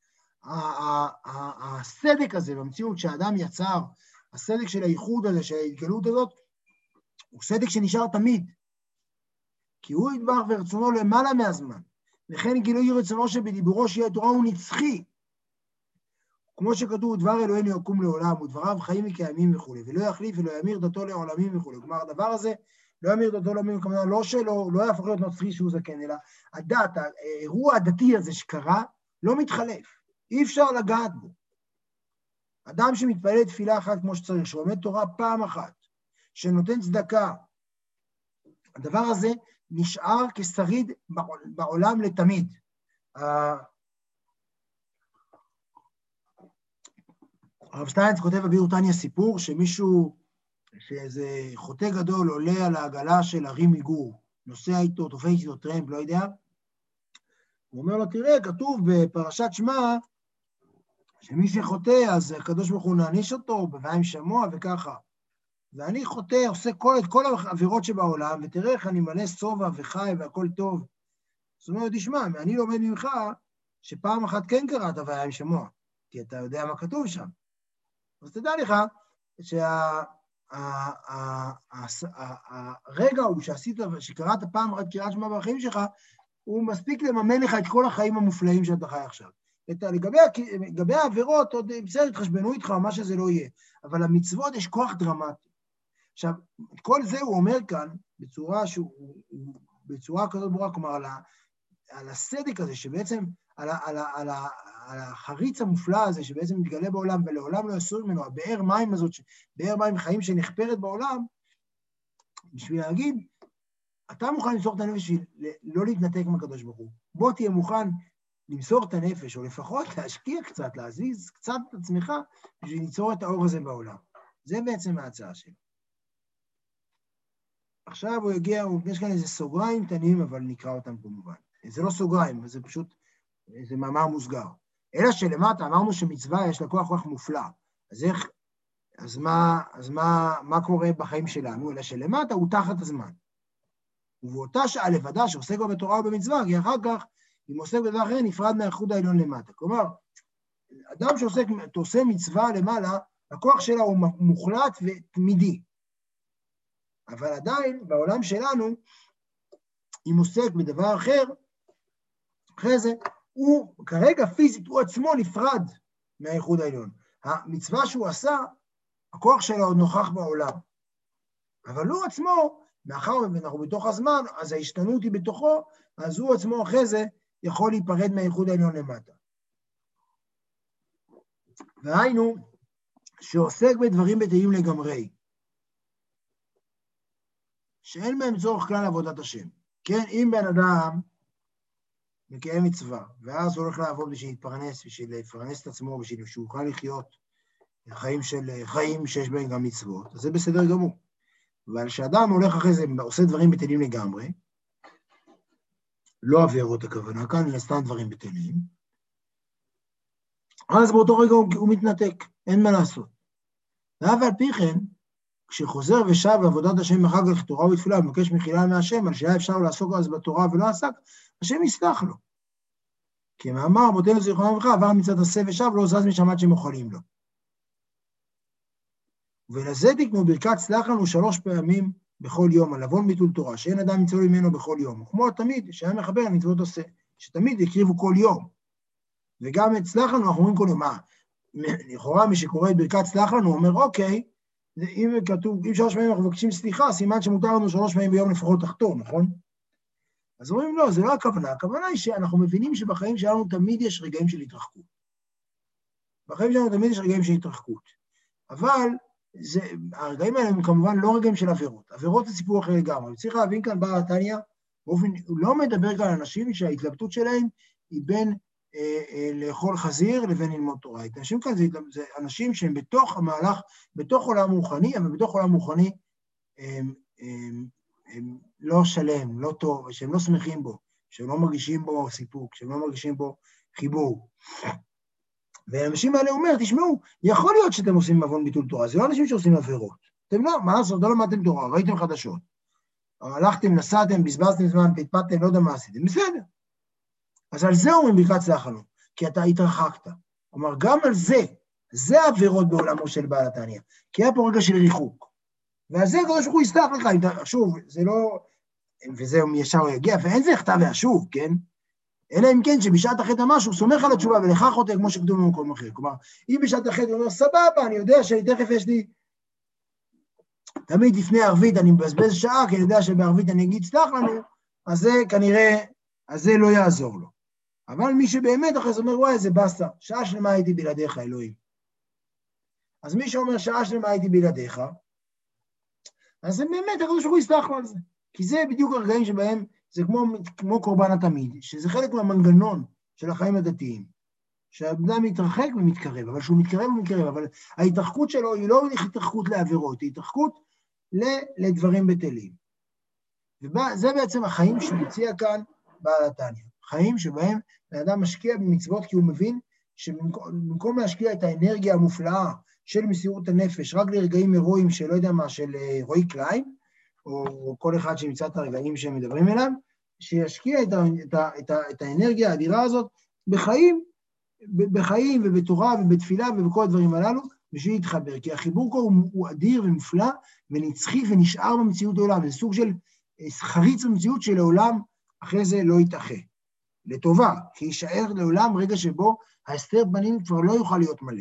הסדק הזה במציאות שהאדם יצר, הסדק של הייחוד הזה, של ההתגלות הזאת, הוא סדק שנשאר תמיד, כי הוא יתברך ורצונו למעלה מהזמן, לכן גילוי רצונו שבדיבורו שיהיה תורה הוא נצחי, כמו שכתוב, דבר אלוהינו יקום לעולם, ודבריו חיים וקיימים וכו', ולא יחליף ולא ימיר דתו לעולמים וכו'. כלומר, הדבר הזה, לא ימיר דתו לעולמים, כלומר, לא שלו, לא יהפוך להיות נוצרי שהוא זקן, אלא הדת, האירוע הדתי הזה שקרה, לא מתחלף. אי אפשר לגעת בו. אדם שמתפלל תפילה אחת כמו שצריך, שעומד תורה פעם אחת, שנותן צדקה, הדבר הזה נשאר כשריד בעולם לתמיד. הרב שטיינץ כותב בביאור תניא סיפור שמישהו, שאיזה חוטא גדול עולה על העגלה של הרים מגור, נוסע איתו, תופס איתו טרמפ, לא יודע, הוא אומר לו, תראה, כתוב בפרשת שמע, שמי שחוטא, אז הקדוש ברוך הוא נעניש אותו, בביים שמוע וככה. ואני חוטא, עושה את כל העבירות שבעולם, ותראה איך אני מלא סובה וחי והכל טוב. זאת אומרת, תשמע, אני לומד ממך, שפעם אחת כן קראת בביים שמוע, כי אתה יודע מה כתוב שם. אז תדע לך, הרגע הוא שקראת פעם אחת קריאת שמע בחיים שלך, הוא מספיק לממן לך את כל החיים המופלאים שאתה חי עכשיו. לגבי העבירות, עוד בסדר, תחשבנו איתך, מה שזה לא יהיה. אבל למצוות יש כוח דרמטי. עכשיו, את כל זה הוא אומר כאן, בצורה כזאת ברורה, כלומר, על הסדק הזה, שבעצם על החריץ המופלא הזה שבעצם מתגלה בעולם ולעולם לא יסור ממנו, הבאר מים הזאת, באר מים חיים שנחפרת בעולם, בשביל להגיד, אתה מוכן למסור את הנפש בשביל לא להתנתק מהקדוש ברוך הוא. בוא תהיה מוכן למסור את הנפש, או לפחות להשקיע קצת, להזיז קצת את עצמך, בשביל ליצור את האור הזה בעולם. זה בעצם ההצעה שלו. עכשיו הוא יגיע, יש כאן איזה סוגריים קטנים, אבל נקרא אותם כמובן. זה לא סוגריים, זה פשוט, זה מאמר מוסגר. אלא שלמטה אמרנו שמצווה יש לה כוח מופלא. אז מה קורה בחיים שלנו? אלא שלמטה הוא תחת הזמן. ובאותה שעה לבדה שעוסק בה בתורה ובמצווה, כי אחר כך, אם עוסק בדבר אחר, נפרד מהייחוד העליון למטה. כלומר, אדם שעושה מצווה למעלה, הכוח שלה הוא מוחלט ותמידי. אבל עדיין, בעולם שלנו, אם עוסק בדבר אחר, אחרי זה, הוא כרגע פיזית, הוא עצמו נפרד מהייחוד העליון. המצווה שהוא עשה, הכוח שלה עוד נוכח בעולם. אבל הוא עצמו, מאחר ואנחנו בתוך הזמן, אז ההשתנות היא בתוכו, אז הוא עצמו אחרי זה יכול להיפרד מהייחוד העליון למטה. והיינו, שעוסק בדברים בטלים לגמרי, שאין בהם צורך כלל עבודת השם. כן, אם בן אדם מקיים מצווה, ואז הוא הולך לעבוד בשביל להתפרנס, בשביל לפרנס את עצמו, בשביל שהוא יוכל לחיות חיים שיש בהם גם מצוות, אז זה בסדר גמור. אבל כשאדם הולך אחרי זה, עושה דברים בטלים לגמרי, לא עבירות הכוונה, כאן נסתם דברים בטלים, אז באותו רגע הוא מתנתק, אין מה לעשות. ואף על פי כן, כשחוזר ושב בעבודת השם אחר כך תורה ותפילה, ומבקש מחילה מהשם, על שהיה אפשר לעסוק אז בתורה ולא עסק, השם יסלח לו. כי מאמר, בותינו זיכרונם לברכה, עבר מצד עשה ושב, לא זז משמת שמוכלים לו. ולזה תקנו ברכת סלח לנו 3 פעמים בכל יום, על עוון ביטול תורה, שאין אדם יצא ממנו בכל יום. כמו תמיד, שהיה מחבר על מצוות עושה, שתמיד יקריבו כל יום. וגם את סלח לנו, אנחנו אומרים כל יום, לכאורה מי שקורא את ברכת סלח לנו, אומר, אוקיי, אם כתוב, אם 3 פעמים אנחנו מבקשים סליחה, סימן שמותר לנו 3 פעמים ביום לפחות תחתום, נכון? אז אומרים, לא, זה לא הכוונה. הכוונה היא שאנחנו מבינים שבחיים שלנו תמיד יש רגעים של התרחקות. בחיים שלנו תמיד יש רגעים של התרחקות. אבל הרגעים האלה הם כמובן לא רגעים של עבירות. עבירות זה סיפור אחר לגמרי. צריך להבין כאן בעל התניא, הוא לא מדבר כאן על אנשים שההתלבטות שלהם היא בין לאכול חזיר לבין ללמוד תורה. אנשים כאן זה אנשים שהם בתוך המהלך, בתוך עולם רוחני, אבל בתוך עולם רוחני הם לא שלם, לא טוב, שהם לא שמחים בו, שהם לא מרגישים בו סיפוק, שהם לא מרגישים בו חיבור. והאנשים האלה אומר, תשמעו, יכול להיות שאתם עושים עוון ביטול תורה, זה לא אנשים שעושים עבירות. אתם לא, מה לעשות, לא למדתם תורה, ראיתם חדשות. הלכתם, נסעתם, בזבזתם זמן, פטפטתם, לא יודע מה עשיתם, בסדר. אז על זה אומרים ברכת סלח לנו, כי אתה התרחקת. כלומר, גם על זה עבירות בעולמו של בעל התניא, כי היה פה רגע של ריחוק. ועל זה הקדוש ברוך הוא יסלח לך, שוב, זה לא, וזה ישר הוא יגיע, ואין זה יחטא והשוב, כן? אלא אם כן שבשעת החטא משהו, סומך על התשובה ולכך חוטא כמו שכתוב במקום אחר. כלומר, אם בשעת החטא הוא אומר, סבבה, אני יודע שתכף יש לי, תמיד לפני ערבית אני מבזבז שעה, כי אני יודע שבערבית אני אגיד סלח לנו, אז זה כנראה, אז זה לא יעזור לו. אבל מי שבאמת אחרי זה אומר, וואי, זה בסה, שעה שלמה הייתי בלעדיך, אלוהים. אז מי שאומר שעה שלמה הייתי בלעדיך, אז זה באמת, הקדוש ברוך הוא יסלח לו על זה. כי זה בדיוק הרגעים שבהם, זה כמו קורבן התמיד, שזה חלק מהמנגנון של החיים הדתיים, שהאדם מתרחק ומתקרב, אבל שהוא מתקרב ומתקרב, אבל ההתרחקות שלו היא לא התרחקות לעבירות, היא התרחקות לדברים בטלים. וזה בעצם החיים שמציע כאן בעל התניא. חיים שבהם האדם משקיע במצוות, כי הוא מבין שבמקום להשקיע את האנרגיה המופלאה של מסירות הנפש, רק לרגעים הירואיים שלא יודע מה, של רועי קליין, או כל אחד שימצא את הרגעים שהם מדברים אליו, שישקיע את האנרגיה האדירה הזאת בחיים ובתורה ובתפילה ובכל הדברים הללו, בשביל להתחבר, כי החיבור כה הוא אדיר ומופלא ונצחי ונשאר במציאות העולם, זה סוג של חריץ במציאות שלעולם אחרי זה לא יתאחה. לטובה, כי יישאר לעולם רגע שבו ההסתר פנים כבר לא יוכל להיות מלא.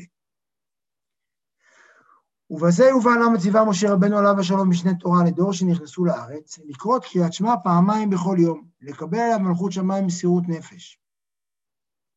ובזה יובא למה מציווה משה רבנו עליו השלום משנה תורה לדור שנכנסו לארץ, לקרוא קריאת שמע פעמיים בכל יום, לקבל עליו מלכות שמיים מסירות נפש.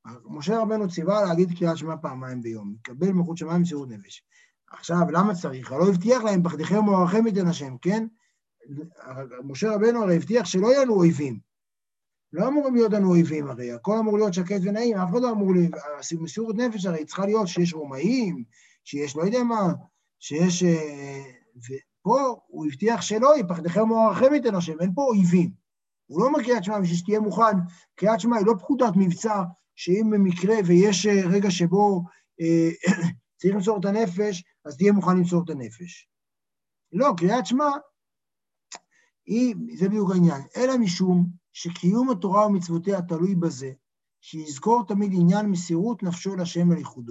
משה רבנו ציווה להגיד קריאת שמע פעמיים ביום, לקבל מלכות שמיים מסירות נפש. עכשיו, למה צריך? לא הבטיח להם, פחדיכם ומברכיכם ייתן השם, כן? משה רבנו הרי הבטיח שלא יהיו לנו אויבים. לא אמורים להיות לנו אויבים הרי, הכל אמור להיות שקט ונעים, אף אחד לא אמור להיות, מסירות נפש הרי צריכה להיות שיש רומאים, שיש לא יודע מה, שיש... ופה הוא הבטיח שלא, פחדיכם ומברכיכם ייתן השם, אין פה אויבים. הוא לא אומר קריאת שמע בשביל שתהיה מוכן, קריאת שמע היא לא פקודת מבצע, שאם במקרה ויש רגע שבו צריך למסור את הנפש, אז תהיה מוכן למסור את הנפש. לא, קריאת שמע, זה בדיוק העניין, אלא משום שקיום התורה ומצוותיה תלוי בזה, שיזכור תמיד עניין מסירות נפשו לשם על ייחודו.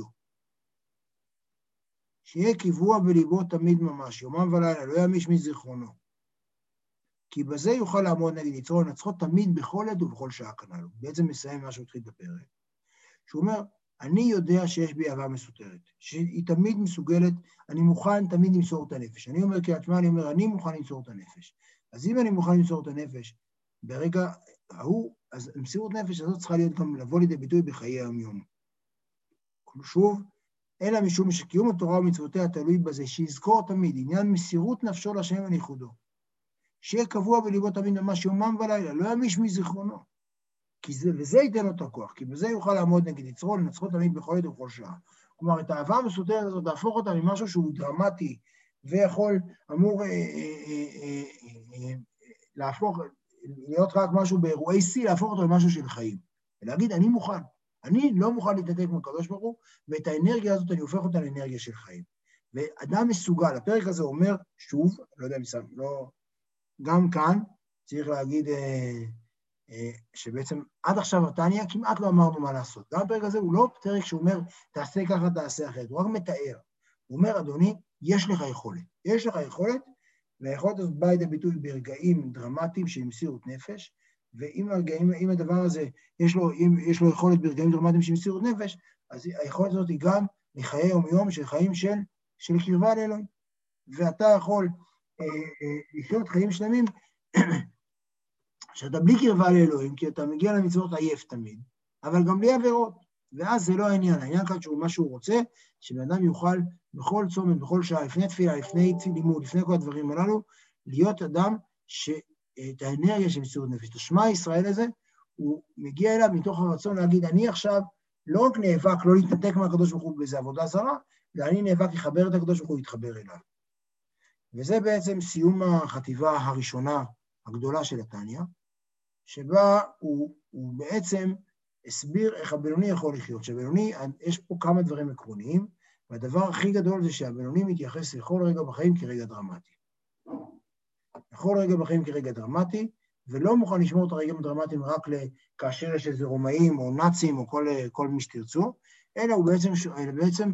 שיהיה קבוע בליבו תמיד ממש, יומם ולילה, לא ימיש מזיכרונו. כי בזה יוכל לעמוד נגד יצרו לנצחות תמיד בכל עת ובכל שעה כנ"ל. בעצם מסיים מה שהוא התחיל את הפרק. שהוא אומר, אני יודע שיש בי אהבה מסותרת, שהיא תמיד מסוגלת, אני מוכן תמיד למסור את הנפש. אני אומר קריאת שמע, אני אומר, אני מוכן למסור את הנפש. אז אם אני מוכן למסור את הנפש, ברגע ההוא, אז מסירות נפש הזאת צריכה להיות גם לבוא לידי ביטוי בחיי היום-יום. שוב, אלא משום שקיום התורה ומצוותיה תלוי בזה, שיזכור תמיד עניין מסירות נפשו לשם על ייחודו. שיהיה קבוע בליבו תמיד ממש יומם ולילה, לא ימיש מזיכרונו. וזה ייתן לו את הכוח, כי בזה יוכל לעמוד נגד יצרו, לנצחו תמיד בכל עת ובכל שעה. כלומר, את האהבה המסותרת הזאת, להפוך אותה ממשהו שהוא דרמטי, ויכול, אמור להפוך, להיות רק משהו באירועי שיא, להפוך אותו למשהו של חיים. ולהגיד, אני מוכן. אני לא מוכן להתנתק מהקדוש ברוך הוא, ואת האנרגיה הזאת אני הופך אותה לאנרגיה של חיים. ואדם מסוגל, הפרק הזה אומר, שוב, לא יודע, לא, גם כאן צריך להגיד שבעצם עד עכשיו התניא כמעט לא אמרנו מה לעשות. גם הפרק הזה הוא לא פרק שאומר, תעשה ככה, תעשה אחרת, הוא רק מתאר. הוא אומר, אדוני, יש לך יכולת. יש לך יכולת, והיכולת הזאת באה לידי ביטוי ברגעים דרמטיים של מסירות נפש, ואם הדבר הזה יש לו יכולת ברגעים דרמטיים של מסירות נפש, אז היכולת הזאת היא גם לחיי יום-יום של חיים של קרבה לאלוהים. ואתה יכול לחיות חיים שלמים, שאתה בלי קרבה לאלוהים, כי אתה מגיע למצוות עייף תמיד, אבל גם בלי עבירות. ואז זה לא העניין. העניין כאן שהוא מה שהוא רוצה, שבן אדם יוכל בכל צומת, בכל שעה, לפני תפילה, לפני לימוד, לפני כל הדברים הללו, להיות אדם שאת האנרגיה של מסירות נפש, תשמע ישראל הזה, הוא מגיע אליו מתוך הרצון להגיד, אני עכשיו לא רק נאבק, לא להתנתק מהקדוש ברוך הוא באיזו עבודה זרה, אלא אני נאבק לחבר את הקדוש ברוך הוא להתחבר אליו. וזה בעצם סיום החטיבה הראשונה הגדולה של התניא, שבה הוא בעצם הסביר איך הבינוני יכול לחיות. שהבינוני, יש פה כמה דברים עקרוניים, והדבר הכי גדול זה שהבינוני מתייחס לכל רגע בחיים כרגע דרמטי. לכל רגע בחיים כרגע דרמטי, ולא מוכן לשמור את הרגעים הדרמטיים רק כאשר יש איזה רומאים או נאצים או כל מי שתרצו, אלא הוא בעצם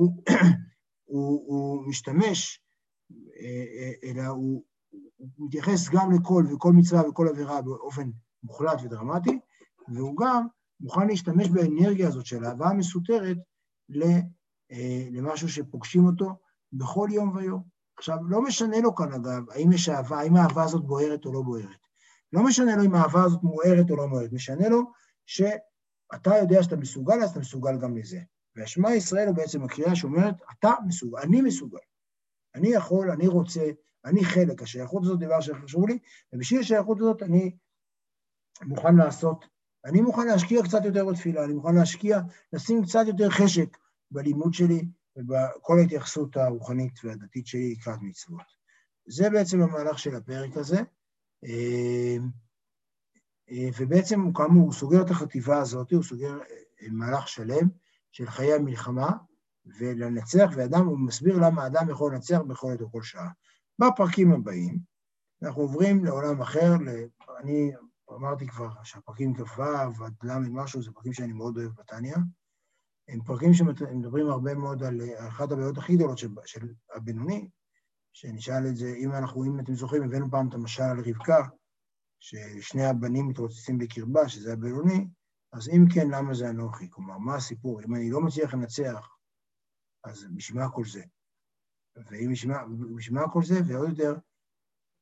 הוא משתמש, אלא הוא מתייחס גם וכל מצווה וכל עבירה באופן מוחלט ודרמטי, והוא גם מוכן להשתמש באנרגיה הזאת של האהבה המסותרת למשהו שפוגשים אותו בכל יום ויום. עכשיו, לא משנה לו כאן אגב, האם האהבה הזאת בוערת או לא בוערת. לא משנה לו אם האהבה הזאת מוארת או לא מוארת, משנה לו שאתה יודע שאתה מסוגל, אז אתה מסוגל גם לזה. והשמע ישראל הוא בעצם הקריאה שאומרת, אתה מסוגל, אני מסוגל. אני יכול, אני רוצה, אני חלק, השייכות הזאת דבר שחשוב לי, ובשביל השייכות הזאת אני מוכן לעשות, אני מוכן להשקיע קצת יותר בתפילה, אני מוכן לשים קצת יותר חשק בלימוד שלי, ובכל ההתייחסות הרוחנית והדתית שלי לקראת מצוות. זה בעצם המהלך של הפרק הזה, ובעצם כאמור הוא סוגר את החטיבה הזאת, הוא סוגר מהלך שלם של חיי המלחמה, ולנצח, ואדם, הוא מסביר למה האדם יכול לנצח בכל עת וכל שעה. בפרקים הבאים, אנחנו עוברים לעולם אחר, אני אמרתי כבר שהפרקים כ"ו ועד למד משהו, זה פרקים שאני מאוד אוהב בתניא, הם פרקים שמדברים הרבה מאוד על אחת הבעיות הכי גדולות של הבינוני, שנשאל את זה, אם אתם זוכרים, הבאנו פעם את המשל על רבקה, ששני הבנים מתרוצצים בקרבה, שזה הבינוני, אז אם כן, למה זה אנוכי? כלומר, מה הסיפור? אם אני לא מצליח לנצח, אז בשביל מה כל זה? ואם בשביל מה כל זה, ועוד יותר,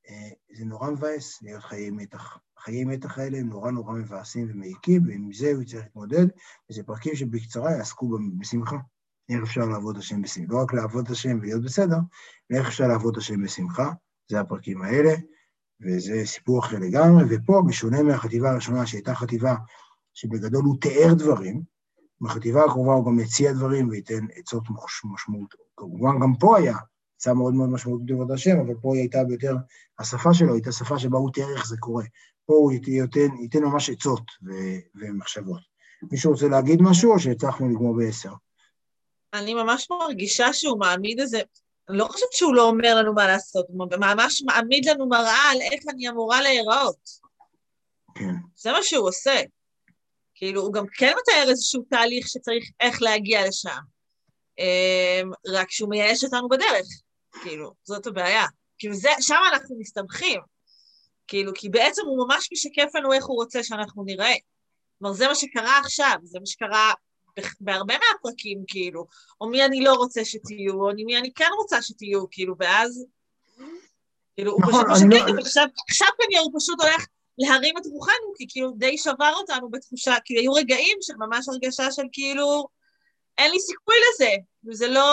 זה נורא מבאס להיות חיי מתח. חיי מתח האלה הם נורא נורא מבאסים ומעיקים, ועם זה הוא צריך להתמודד, וזה פרקים שבקצרה יעסקו בשמחה. איך אפשר לעבוד השם בשמחה? לא רק לעבוד השם ולהיות בסדר, אלא איך אפשר לעבוד השם בשמחה, זה הפרקים האלה, וזה סיפור אחר לגמרי, ופה, בשונה מהחטיבה הראשונה, שהייתה חטיבה שבגדול הוא תיאר דברים, בחטיבה הקרובה הוא גם יציע דברים וייתן עצות משמעות. כמובן גם פה היה עצה מאוד מאוד משמעות בדברות השם, אבל פה היא הייתה ביותר, השפה שלו הייתה שפה שבה הוא תיאר איך זה קורה. פה הוא ייתן ממש עצות ומחשבות. מישהו רוצה להגיד משהו או שהצלחנו לגמור ב10? אני ממש מרגישה שהוא מעמיד איזה, אני לא חושבת שהוא לא אומר לנו מה לעשות, הוא ממש מעמיד לנו מראה על איך אני אמורה להיראות. כן. זה מה שהוא עושה. כאילו, הוא גם כן מתאר איזשהו תהליך שצריך איך להגיע לשם. רק שהוא מייאש אותנו בדרך. כאילו, זאת הבעיה. כאילו, שם אנחנו מסתבכים. כאילו, כי בעצם הוא ממש משקף לנו איך הוא רוצה שאנחנו נראה. כלומר, זה מה שקרה עכשיו, זה מה שקרה בהרבה מהפרקים, כאילו, או מי אני לא רוצה שתהיו, או מי אני כן רוצה שתהיו, כאילו, ואז, כאילו, הוא פשוט משקף, אבל עכשיו כנראה הוא פשוט הולך להרים את רוחנו, כי כאילו די שבר אותנו בתחושה, כאילו היו רגעים של ממש הרגשה של כאילו, אין לי סיכוי לזה, וזה לא,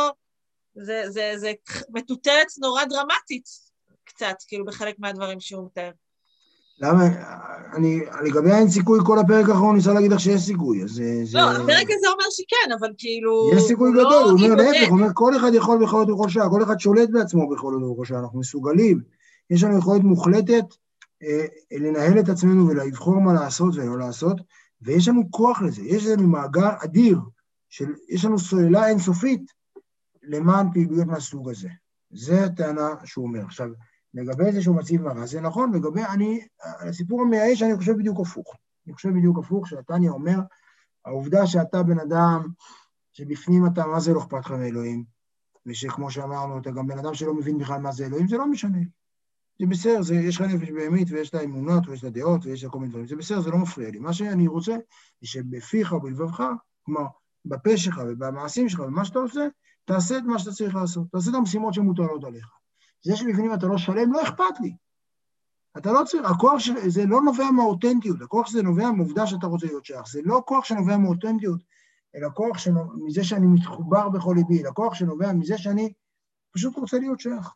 זה מטוטלת נורא דרמטית, קצת, כאילו בחלק מהדברים שהוא מתאר. למה? לגבי אין סיכוי, כל הפרק האחרון ניסה להגיד לך שיש סיכוי, אז זה... לא, הפרק הזה אומר שכן, אבל כאילו... יש סיכוי גדול, הוא אומר להפך, הוא אומר כל אחד יכול בכל עוד ובכל שעה, כל אחד שולט בעצמו בכל עוד ובכל שעה, אנחנו מסוגלים, יש לנו יכולת מוחלטת, לנהל את עצמנו ולבחור מה לעשות ולא לעשות, ויש לנו כוח לזה, יש לנו מאגר אדיר, יש לנו סוללה אינסופית למען פעילויות מהסוג הזה. זה הטענה שהוא אומר. עכשיו, לגבי זה שהוא מציב מראה, זה נכון, לגבי הסיפור המייאש, אני חושב בדיוק הפוך. אני חושב בדיוק הפוך, שהתניא אומר, העובדה שאתה בן אדם, שבפנים אתה, מה זה לא אכפת לך מאלוהים, ושכמו שאמרנו, אתה גם בן אדם שלא מבין בכלל מה זה אלוהים, זה לא משנה. זה בסדר, יש לך נפש בהמית, ויש לה אמונות, ויש לה דעות, ויש לה כל מיני דברים. זה בסדר, זה לא מפריע לי. מה שאני רוצה, זה שבפיך ובלבבך, כלומר, בפה שלך ובמעשים שלך, ומה שאתה עושה, תעשה את מה שאתה צריך לעשות. תעשה את המשימות שמוטלות עליך. זה שבפנים אתה לא שלם, לא אכפת לי. אתה לא צריך, הכוח זה לא נובע מהאותנטיות, הכוח זה נובע מעובדה שאתה רוצה להיות שייך. זה לא כוח שנובע מהאותנטיות, אלא כוח מזה שאני מתחובר בכל ליבי, אלא כוח שנובע מזה שאני פשוט רוצה להיות שייך.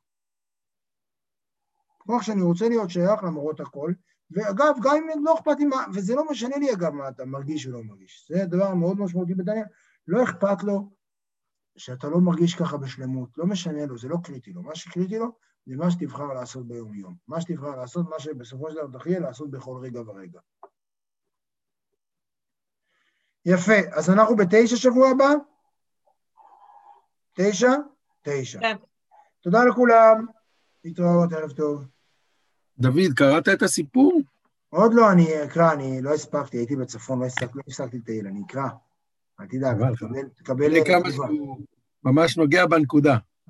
כוח שאני רוצה להיות שייך למרות הכל, ואגב, גם אם לא אכפת לי מה, וזה לא משנה לי אגב מה אתה מרגיש ולא מרגיש. זה הדבר מאוד משמעותי בתניא, לא אכפת לו שאתה לא מרגיש ככה בשלמות, לא משנה לו, זה לא קריטי לו. מה שקריטי לו זה מה שתבחר לעשות ביום יום. מה שתבחר לעשות, מה שבסופו של דבר תחיה לעשות בכל רגע ורגע. יפה, אז אנחנו ב9 שבוע הבא? 9? 9. כן. תודה לכולם, להתראות, ערב טוב. דוד, קראת את הסיפור? עוד לא, אני אקרא, אני לא הספקתי, הייתי בצפון, לא הספקתי לטייל, אני אקרא. אל תדאג, תקבל כמה שהוא ממש נוגע בנקודה.